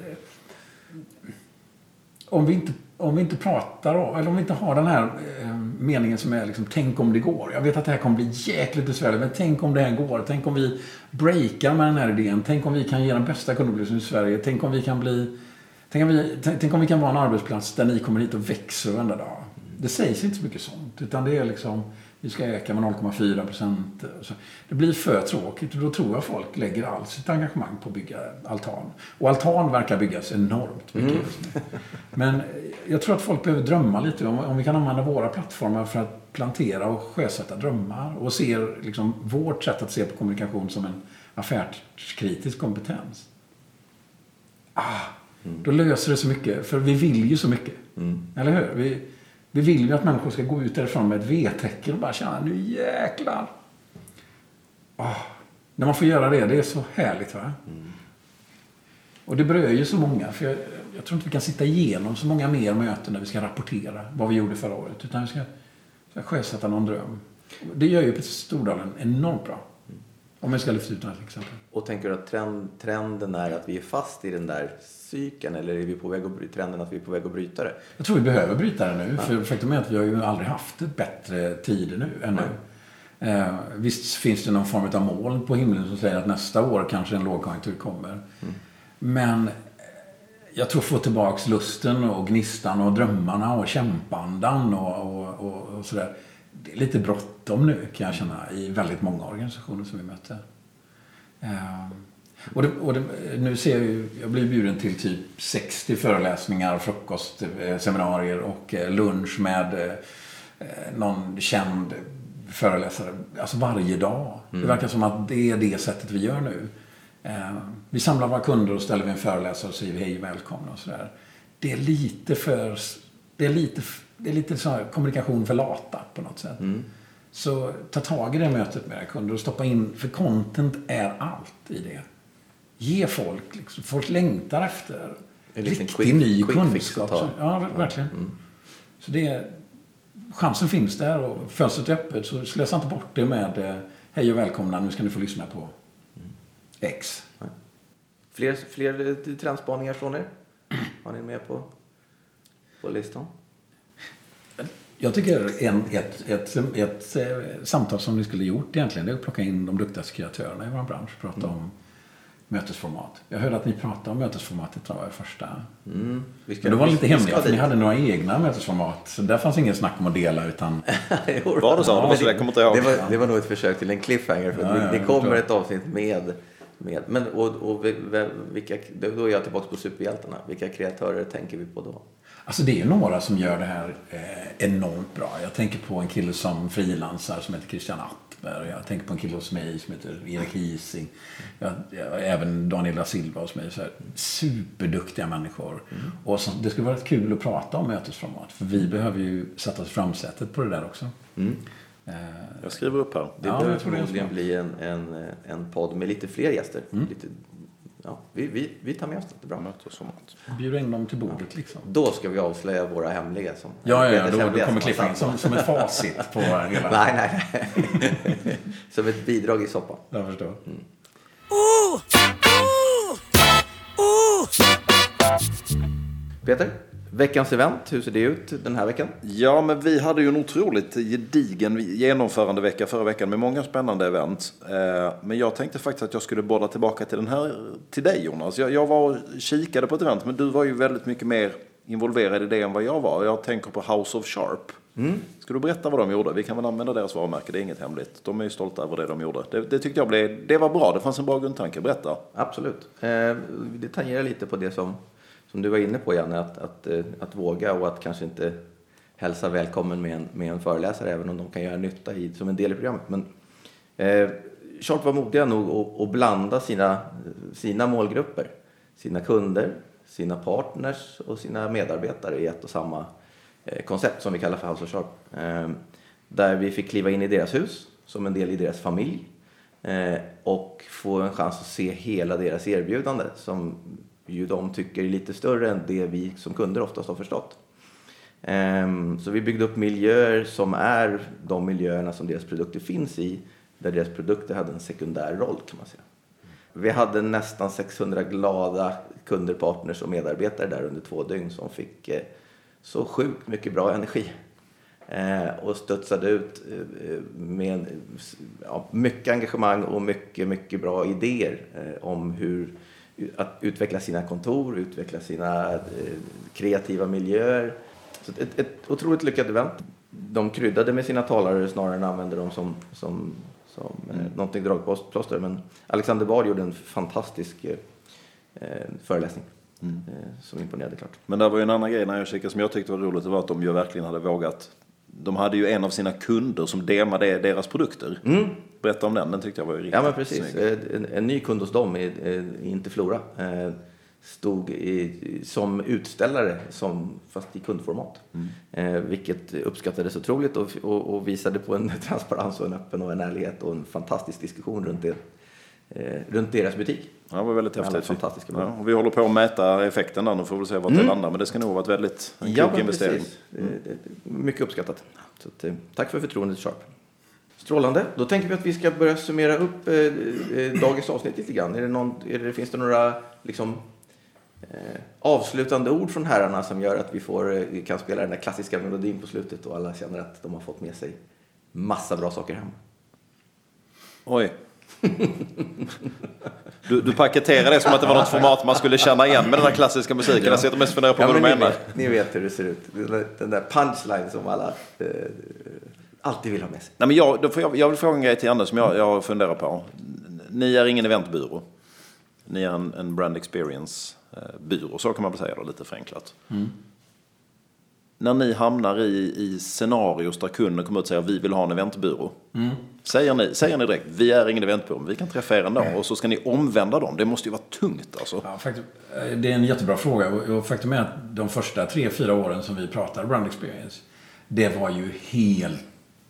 Om vi inte, om vi inte pratar, eller om vi inte har den här eh, meningen som är liksom, tänk om det går. Jag vet att det här kommer bli jäkligt besvärligt, men tänk om det här går. Tänk om vi breakar med den här idén. Tänk om vi kan ge den bästa kundupplevelsen i Sverige. Tänk om vi kan bli... Tänk om vi, tänk, tänk om vi kan vara en arbetsplats där ni kommer hit och växer varenda dag. Det sägs inte så mycket sånt, utan det är liksom... Vi ska öka med noll komma fyra procent. Det blir för tråkigt och då tror jag folk lägger allt sitt engagemang på att bygga altan. Och altan verkar byggas enormt mycket mm. just nu. Men jag tror att folk behöver drömma lite om, om vi kan använda våra plattformar för att plantera och sjösätta drömmar. Och ser liksom vårt sätt att se på kommunikation som en affärskritisk kompetens. Ah, mm. Då löser det så mycket, för vi vill ju så mycket. Mm. Eller hur? Vi... Vi vill ju att människor ska gå ut därifrån med ett V-tecken och bara känna, nu jäklar. Oh, när man får göra det, det är så härligt va? Mm. Och det berör ju så många, för jag, jag tror inte vi kan sitta igenom så många mer möten när vi ska rapportera vad vi gjorde förra året. Utan vi ska, ska sjösätta någon dröm. Det gör ju på Stordalen enormt bra. Mm. Om jag ska lyfta ut några exempel. Och tänker du att trend, trenden är att vi är fast i den där cykeln, eller är vi på väg att, trenden att vi är på väg att bryta det? Jag tror vi behöver bryta det nu. Ja. För faktum är att vi har ju aldrig haft bättre tider nu än nu. Eh, visst finns det någon form av moln på himlen som säger att nästa år kanske en lågkonjunktur kommer. Mm. Men jag tror få tillbaks lusten och gnistan och drömmarna och kämpandan och, och, och, och sådär. Det är lite bråttom nu kan jag känna i väldigt många organisationer som vi möter. Eh, Och, det, och det, nu ser jag ju, jag blir bjuden till typ sextio föreläsningar, frukost, seminarier och lunch med eh, någon känd föreläsare. Alltså varje dag. Mm. Det verkar som att det är det sättet vi gör nu. Eh, vi samlar våra kunder och ställer vi en föreläsare och säger vi hej och välkomna och sådär. Det är lite för, det är lite, det är lite så här kommunikation för lata på något sätt. Mm. Så ta tag i det mötet med era kunder och stoppa in, för content är allt i det. Ge folk, liksom, folk längtar efter riktig quick, ny quick kunskap. Så, ja, verkligen. Mm. Så det, chansen finns där och fönstret är öppet, så slösa inte bort det med hej och välkomna, nu ska ni få lyssna på mm. X. Ja. Fler, fler trendspaningar från er? Har ni med på, på listan? Jag tycker en, ett, ett, ett, ett, ett samtal som ni skulle gjort egentligen, det är att plocka in de duktigaste kreatörerna i vår bransch och prata mm. om mötesformat. Jag hörde att ni pratade om mötesformatet, tror jag, första. Mm. Vi ska, Men det var lite hemligt, för ni hade några egna mötesformat. Så där fanns ingen snack om att dela, utan... Var det så? Ja, det, det, kommer inte ihåg. Det, var, det var nog ett försök till en cliffhanger. För ja, ja, det kommer ett avsnitt med... med men, och, och vilka, då är jag tillbaka på superhjältarna. Vilka kreatörer tänker vi på då? Alltså det är ju några som gör det här eh, enormt bra. Jag tänker på en kille som frilansar som heter Christian Attberg. Jag tänker på en kille hos mig som heter Erik Hising. Jag, jag, även Daniela Silva hos mig. Så här, superduktiga människor. Mm. Och så, det skulle vara kul att prata om mötesformat. För vi behöver ju sätta oss framsättet på det där också. Mm. Eh, jag skriver upp här. Det ja, behöver förmodligen bli en, en, en podd med lite fler gäster. Mm. Lite, ja, vi, vi, vi tar med oss det. Bra mötesformat. Bjuda in dem till bordet liksom. Då ska vi avslöja våra hemliga. Som ja, ja, ja då, då kommer klippningen som, som ett facit på hela... Nej, nej, nej. Som ett bidrag i soppan. Jag förstår. Mm. Oh! Oh! Oh! Peter? Veckans event, hur ser det ut den här veckan? Ja, men vi hade ju en otroligt gedigen genomförande vecka förra veckan med många spännande event. Men jag tänkte faktiskt att jag skulle bolla tillbaka till den här, till dig Jonas. Jag, jag var och kikade på ett event, men du var ju väldigt mycket mer involverad i det än vad jag var. Jag tänker på House of Sharp. Mm. Ska du berätta vad de gjorde? Vi kan väl använda deras varumärke, det är inget hemligt. De är ju stolta över det de gjorde. Det, det tyckte jag blev, det var bra, det fanns en bra grundtanke. Berätta. Absolut. Eh, det tangerar lite på det som Som du var inne på, Janne, att, att, att våga och att kanske inte hälsa välkommen med en, med en föreläsare, även om de kan göra nytta i, som en del i programmet. Men eh, Sharp var modiga nog att, att blanda sina, sina målgrupper, sina kunder, sina partners och sina medarbetare i ett och samma eh, koncept som vi kallar för House of Sharp. Eh, där vi fick kliva in i deras hus som en del i deras familj eh, och få en chans att se hela deras erbjudande som ju de tycker är lite större än det vi som kunder oftast har förstått. Eh, så vi byggde upp miljöer som är de miljöerna som deras produkter finns i, där deras produkter hade en sekundär roll kan man säga. Vi hade nästan sexhundra glada kunder, partners och medarbetare där under två dygn som fick eh, så sjukt mycket bra energi. Eh, och studsade ut eh, med ja, mycket engagemang och mycket, mycket bra idéer eh, om hur att utveckla sina kontor, utveckla sina eh, kreativa miljöer. Så ett, ett otroligt lyckat event. De kryddade med sina talare snarare än använde dem som, som, som mm. eh, någonting dragplåster. Men Alexander Bard gjorde en fantastisk eh, föreläsning. Mm. Eh, som imponerade klart. Men det var ju en annan grej när jag kikade som jag tyckte var roligt. Det var att de ju verkligen hade vågat. De hade ju en av sina kunder som demade deras produkter. Mm. Berätta om den, den tyckte jag var ju riktigt Ja men precis, snygg. En, en ny kund hos dem i, i Interflora eh, stod i, som utställare som, fast i kundformat. Mm. Eh, vilket uppskattades otroligt och, och, och visade på en transparens och en öppen och en ärlighet och en fantastisk diskussion runt, det, eh, runt deras butik. Ja, det var väldigt häftigt. Fantastiska ja, och vi håller på att mäta effekten där, nu får vi se vart mm. det landar. Men det ska nog vara ett väldigt en klok ja, investering. Mm. Mycket uppskattat. Så att, tack för förtroendet Sharp. Strålande. Då tänker vi att vi ska börja summera upp eh, dagens avsnitt lite grann. Är det någon, är det, finns det några liksom, eh, avslutande ord från herrarna som gör att vi får, eh, kan spela den där klassiska melodin på slutet och alla känner att de har fått med sig massa bra saker hem? Oj. Du, du paketerar det som att det var något format man skulle känna igen med den där klassiska musiken. Ja. Jag sitter mest fundera på ja, vad du ni menar. Vet, ni vet hur det ser ut. Den där punchline som alla eh, alltid vill ha med sig. Nej, men jag, då får jag, jag vill fråga en grej till Anders som jag, jag funderar på. Ni är ingen eventbyrå. Ni är en, en brand experience-byrå, så kan man väl säga då, lite förenklat. Mm. När ni hamnar i, i scenarios där kunden kommer ut och säger vi vill ha en eventbyrå. Mm. Säger, ni, säger ni direkt, vi är ingen eventbyrå, men vi kan träffa er en dag. Och så ska ni omvända dem. Det måste ju vara tungt alltså. Ja, faktum, det är en jättebra fråga. Och faktum är att de första tre, fyra åren som vi pratar brand experience, det var ju helt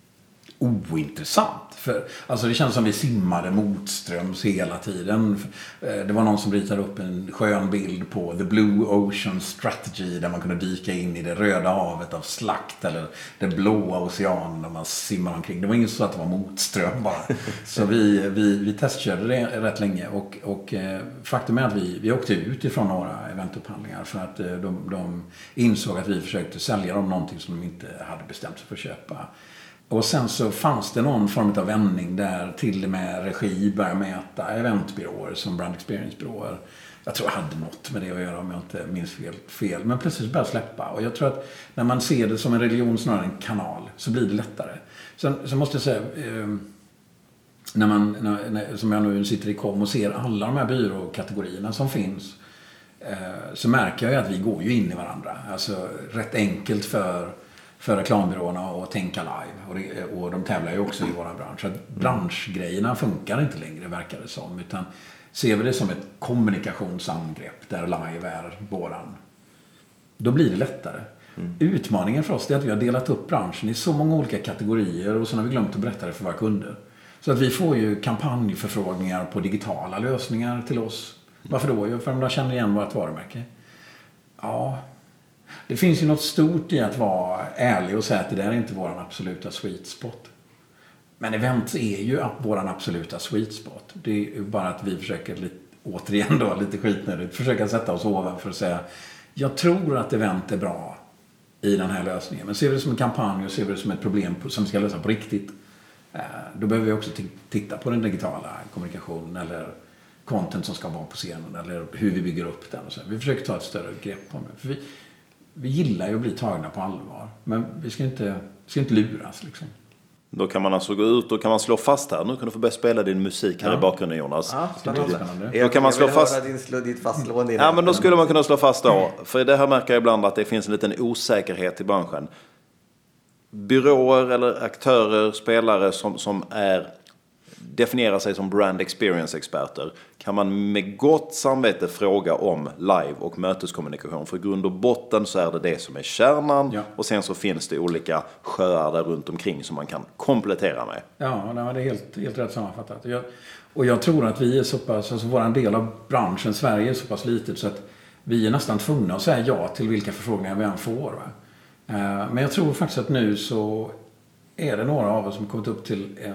ointressant. För, alltså det känns som vi simmade motströms hela tiden. Det var någon som ritade upp en skön bild på The Blue Ocean Strategy där man kunde dyka in i det röda havet av slakt eller den blåa oceanen där man simmar omkring. Det var inte så att det var motström bara. Så vi, vi, vi testkörde det rätt länge och, och faktum är att vi, vi åkte ut ifrån några eventupphandlingar för att de, de insåg att vi försökte sälja dem någonting som de inte hade bestämt sig för att köpa. Och sen så fanns det någon form av vändning där till och med regi började mäta eventbyråer som brand experience-byråer. Jag tror jag hade något med det att göra om jag inte minns fel. fel. Men plötsligt började släppa. Och jag tror att när man ser det som en religion snarare än en kanal så blir det lättare. Sen så måste jag säga, eh, när man, när, när, som jag nu sitter i kom och ser alla de här byråkategorierna som finns eh, så märker jag ju att vi går ju in i varandra. Alltså rätt enkelt för för reklambyråerna och tänka live. Och, det, och de tävlar ju också i våra bransch. Så att branschgrejerna funkar inte längre, verkar det som. Utan ser vi det som ett kommunikationsangrepp där live är våran. Då blir det lättare. Mm. Utmaningen för oss är att vi har delat upp branschen i så många olika kategorier och så har vi glömt att berätta det för våra kunder. Så att vi får ju kampanjförfrågningar på digitala lösningar till oss. Varför då? För om de känner igen vårt varumärke. Ja... Det finns ju något stort i att vara ärlig och säga att det där är inte våran absoluta sweet spot. Men event är ju våran absoluta sweet spot. Det är ju bara att vi försöker lite, återigen då, lite skitnödigt, försöka sätta oss ovanför för att säga jag tror att event är bra i den här lösningen. Men ser vi det som en kampanj och ser vi det som ett problem som vi ska lösa på riktigt. Då behöver vi också t- titta på den digitala kommunikationen eller content som ska vara på scenen eller hur vi bygger upp den. Och så. Vi försöker ta ett större grepp om det. För vi, Vi gillar ju att bli tagna på allvar. Men vi ska inte, vi ska inte luras liksom. Då kan man alltså gå ut och kan man slå fast här. Nu kan du få börja spela din musik här ja. i bakgrunden, Jonas. Ja, spännande. Då kan man slå fast... Din, ditt fastlån ja, men då skulle man kunna slå fast då. För det här märker jag ibland att det finns en liten osäkerhet i branschen. Byråer eller aktörer, spelare som, som är definierar sig som brand experience-experter kan man med gott samvete fråga om live- och möteskommunikation. För i grund och botten så är det det som är kärnan. Ja. Och sen så finns det olika sjöar där runt omkring som man kan komplettera med. Ja, det är helt, helt rätt sammanfattat. Jag, och jag tror att vi är så pass, alltså vår del av branschen, Sverige är så pass litet så att vi är nästan tvungna att säga ja till vilka förfrågningar vi än får. Va? Men jag tror faktiskt att nu så är det några av oss som kommit upp till en,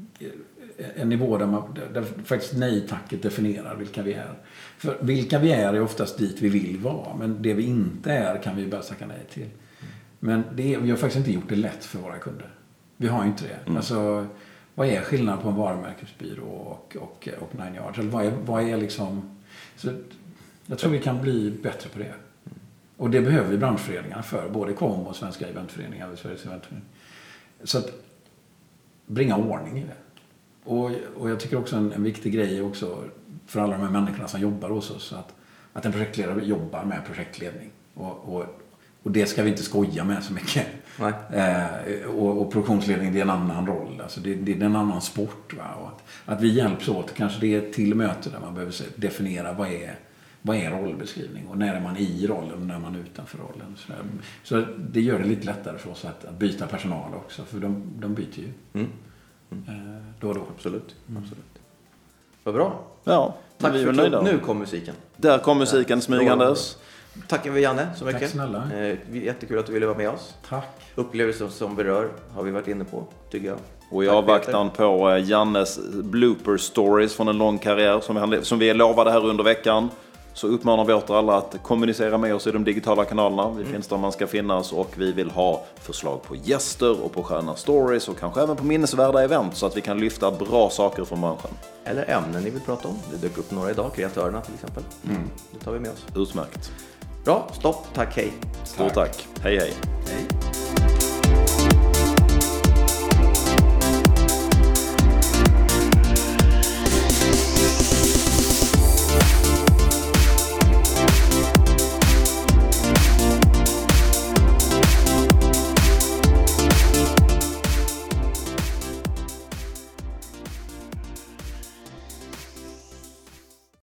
en nivå där, man, där faktiskt nej-tacket definierar vilka vi är. För vilka vi är är oftast dit vi vill vara, men det vi inte är kan vi bara säga nej till. Men det, vi har faktiskt inte gjort det lätt för våra kunder. Vi har inte det. Mm. Alltså, vad är skillnaden på en varumärkesbyrå och, och, och Nine Yards? Eller vad är, vad är liksom... Så jag tror vi kan bli bättre på det. Och det behöver vi branschföreningarna för. Både K O M och Svenska eventföreningar och Sveriges eventförening. Så att bringa ordning i det. Och, och jag tycker också en, en viktig grej också för alla de här människorna som jobbar hos oss. Att, att en projektledare jobbar med projektledning. Och, och, och det ska vi inte skoja med så mycket. Nej. Eh, och, och produktionsledning, det är en annan roll. Alltså det, det är en annan sport. Va? Och att, att vi hjälps åt. Kanske det är till möte där man behöver definiera vad är, vad är rollbeskrivning. Och när är man i rollen och när är man utanför rollen. Så, så det gör det lite lättare för oss att, att byta personal också. För de, de byter ju. Mm. Mm. Eh, då och då. Absolut. Mm. Absolut. Vad bra. Ja, tack för nöjda. Nu kom musiken. Där kom musiken smygandes. Tackar vi Janne så mycket. Tack snälla. Eh, jättekul att du ville vara med oss. Tack. Upplevelser som berör har vi varit inne på, tycker jag. Och i avvaktan på Jannes blooper stories från en lång karriär som vi, som vi lovade här under veckan, så uppmanar vi åter alla att kommunicera med oss i de digitala kanalerna. Vi mm. finns där man ska finnas och vi vill ha förslag på gäster och på sköna stories och kanske även på minnesvärda event så att vi kan lyfta bra saker från branschen. Eller ämnen ni vill prata om. Det dök upp några idag, kreatörerna till exempel. Mm. Det tar vi med oss. Utmärkt. Bra, stopp, tack, hej. Stort tack. tack. Hej hej.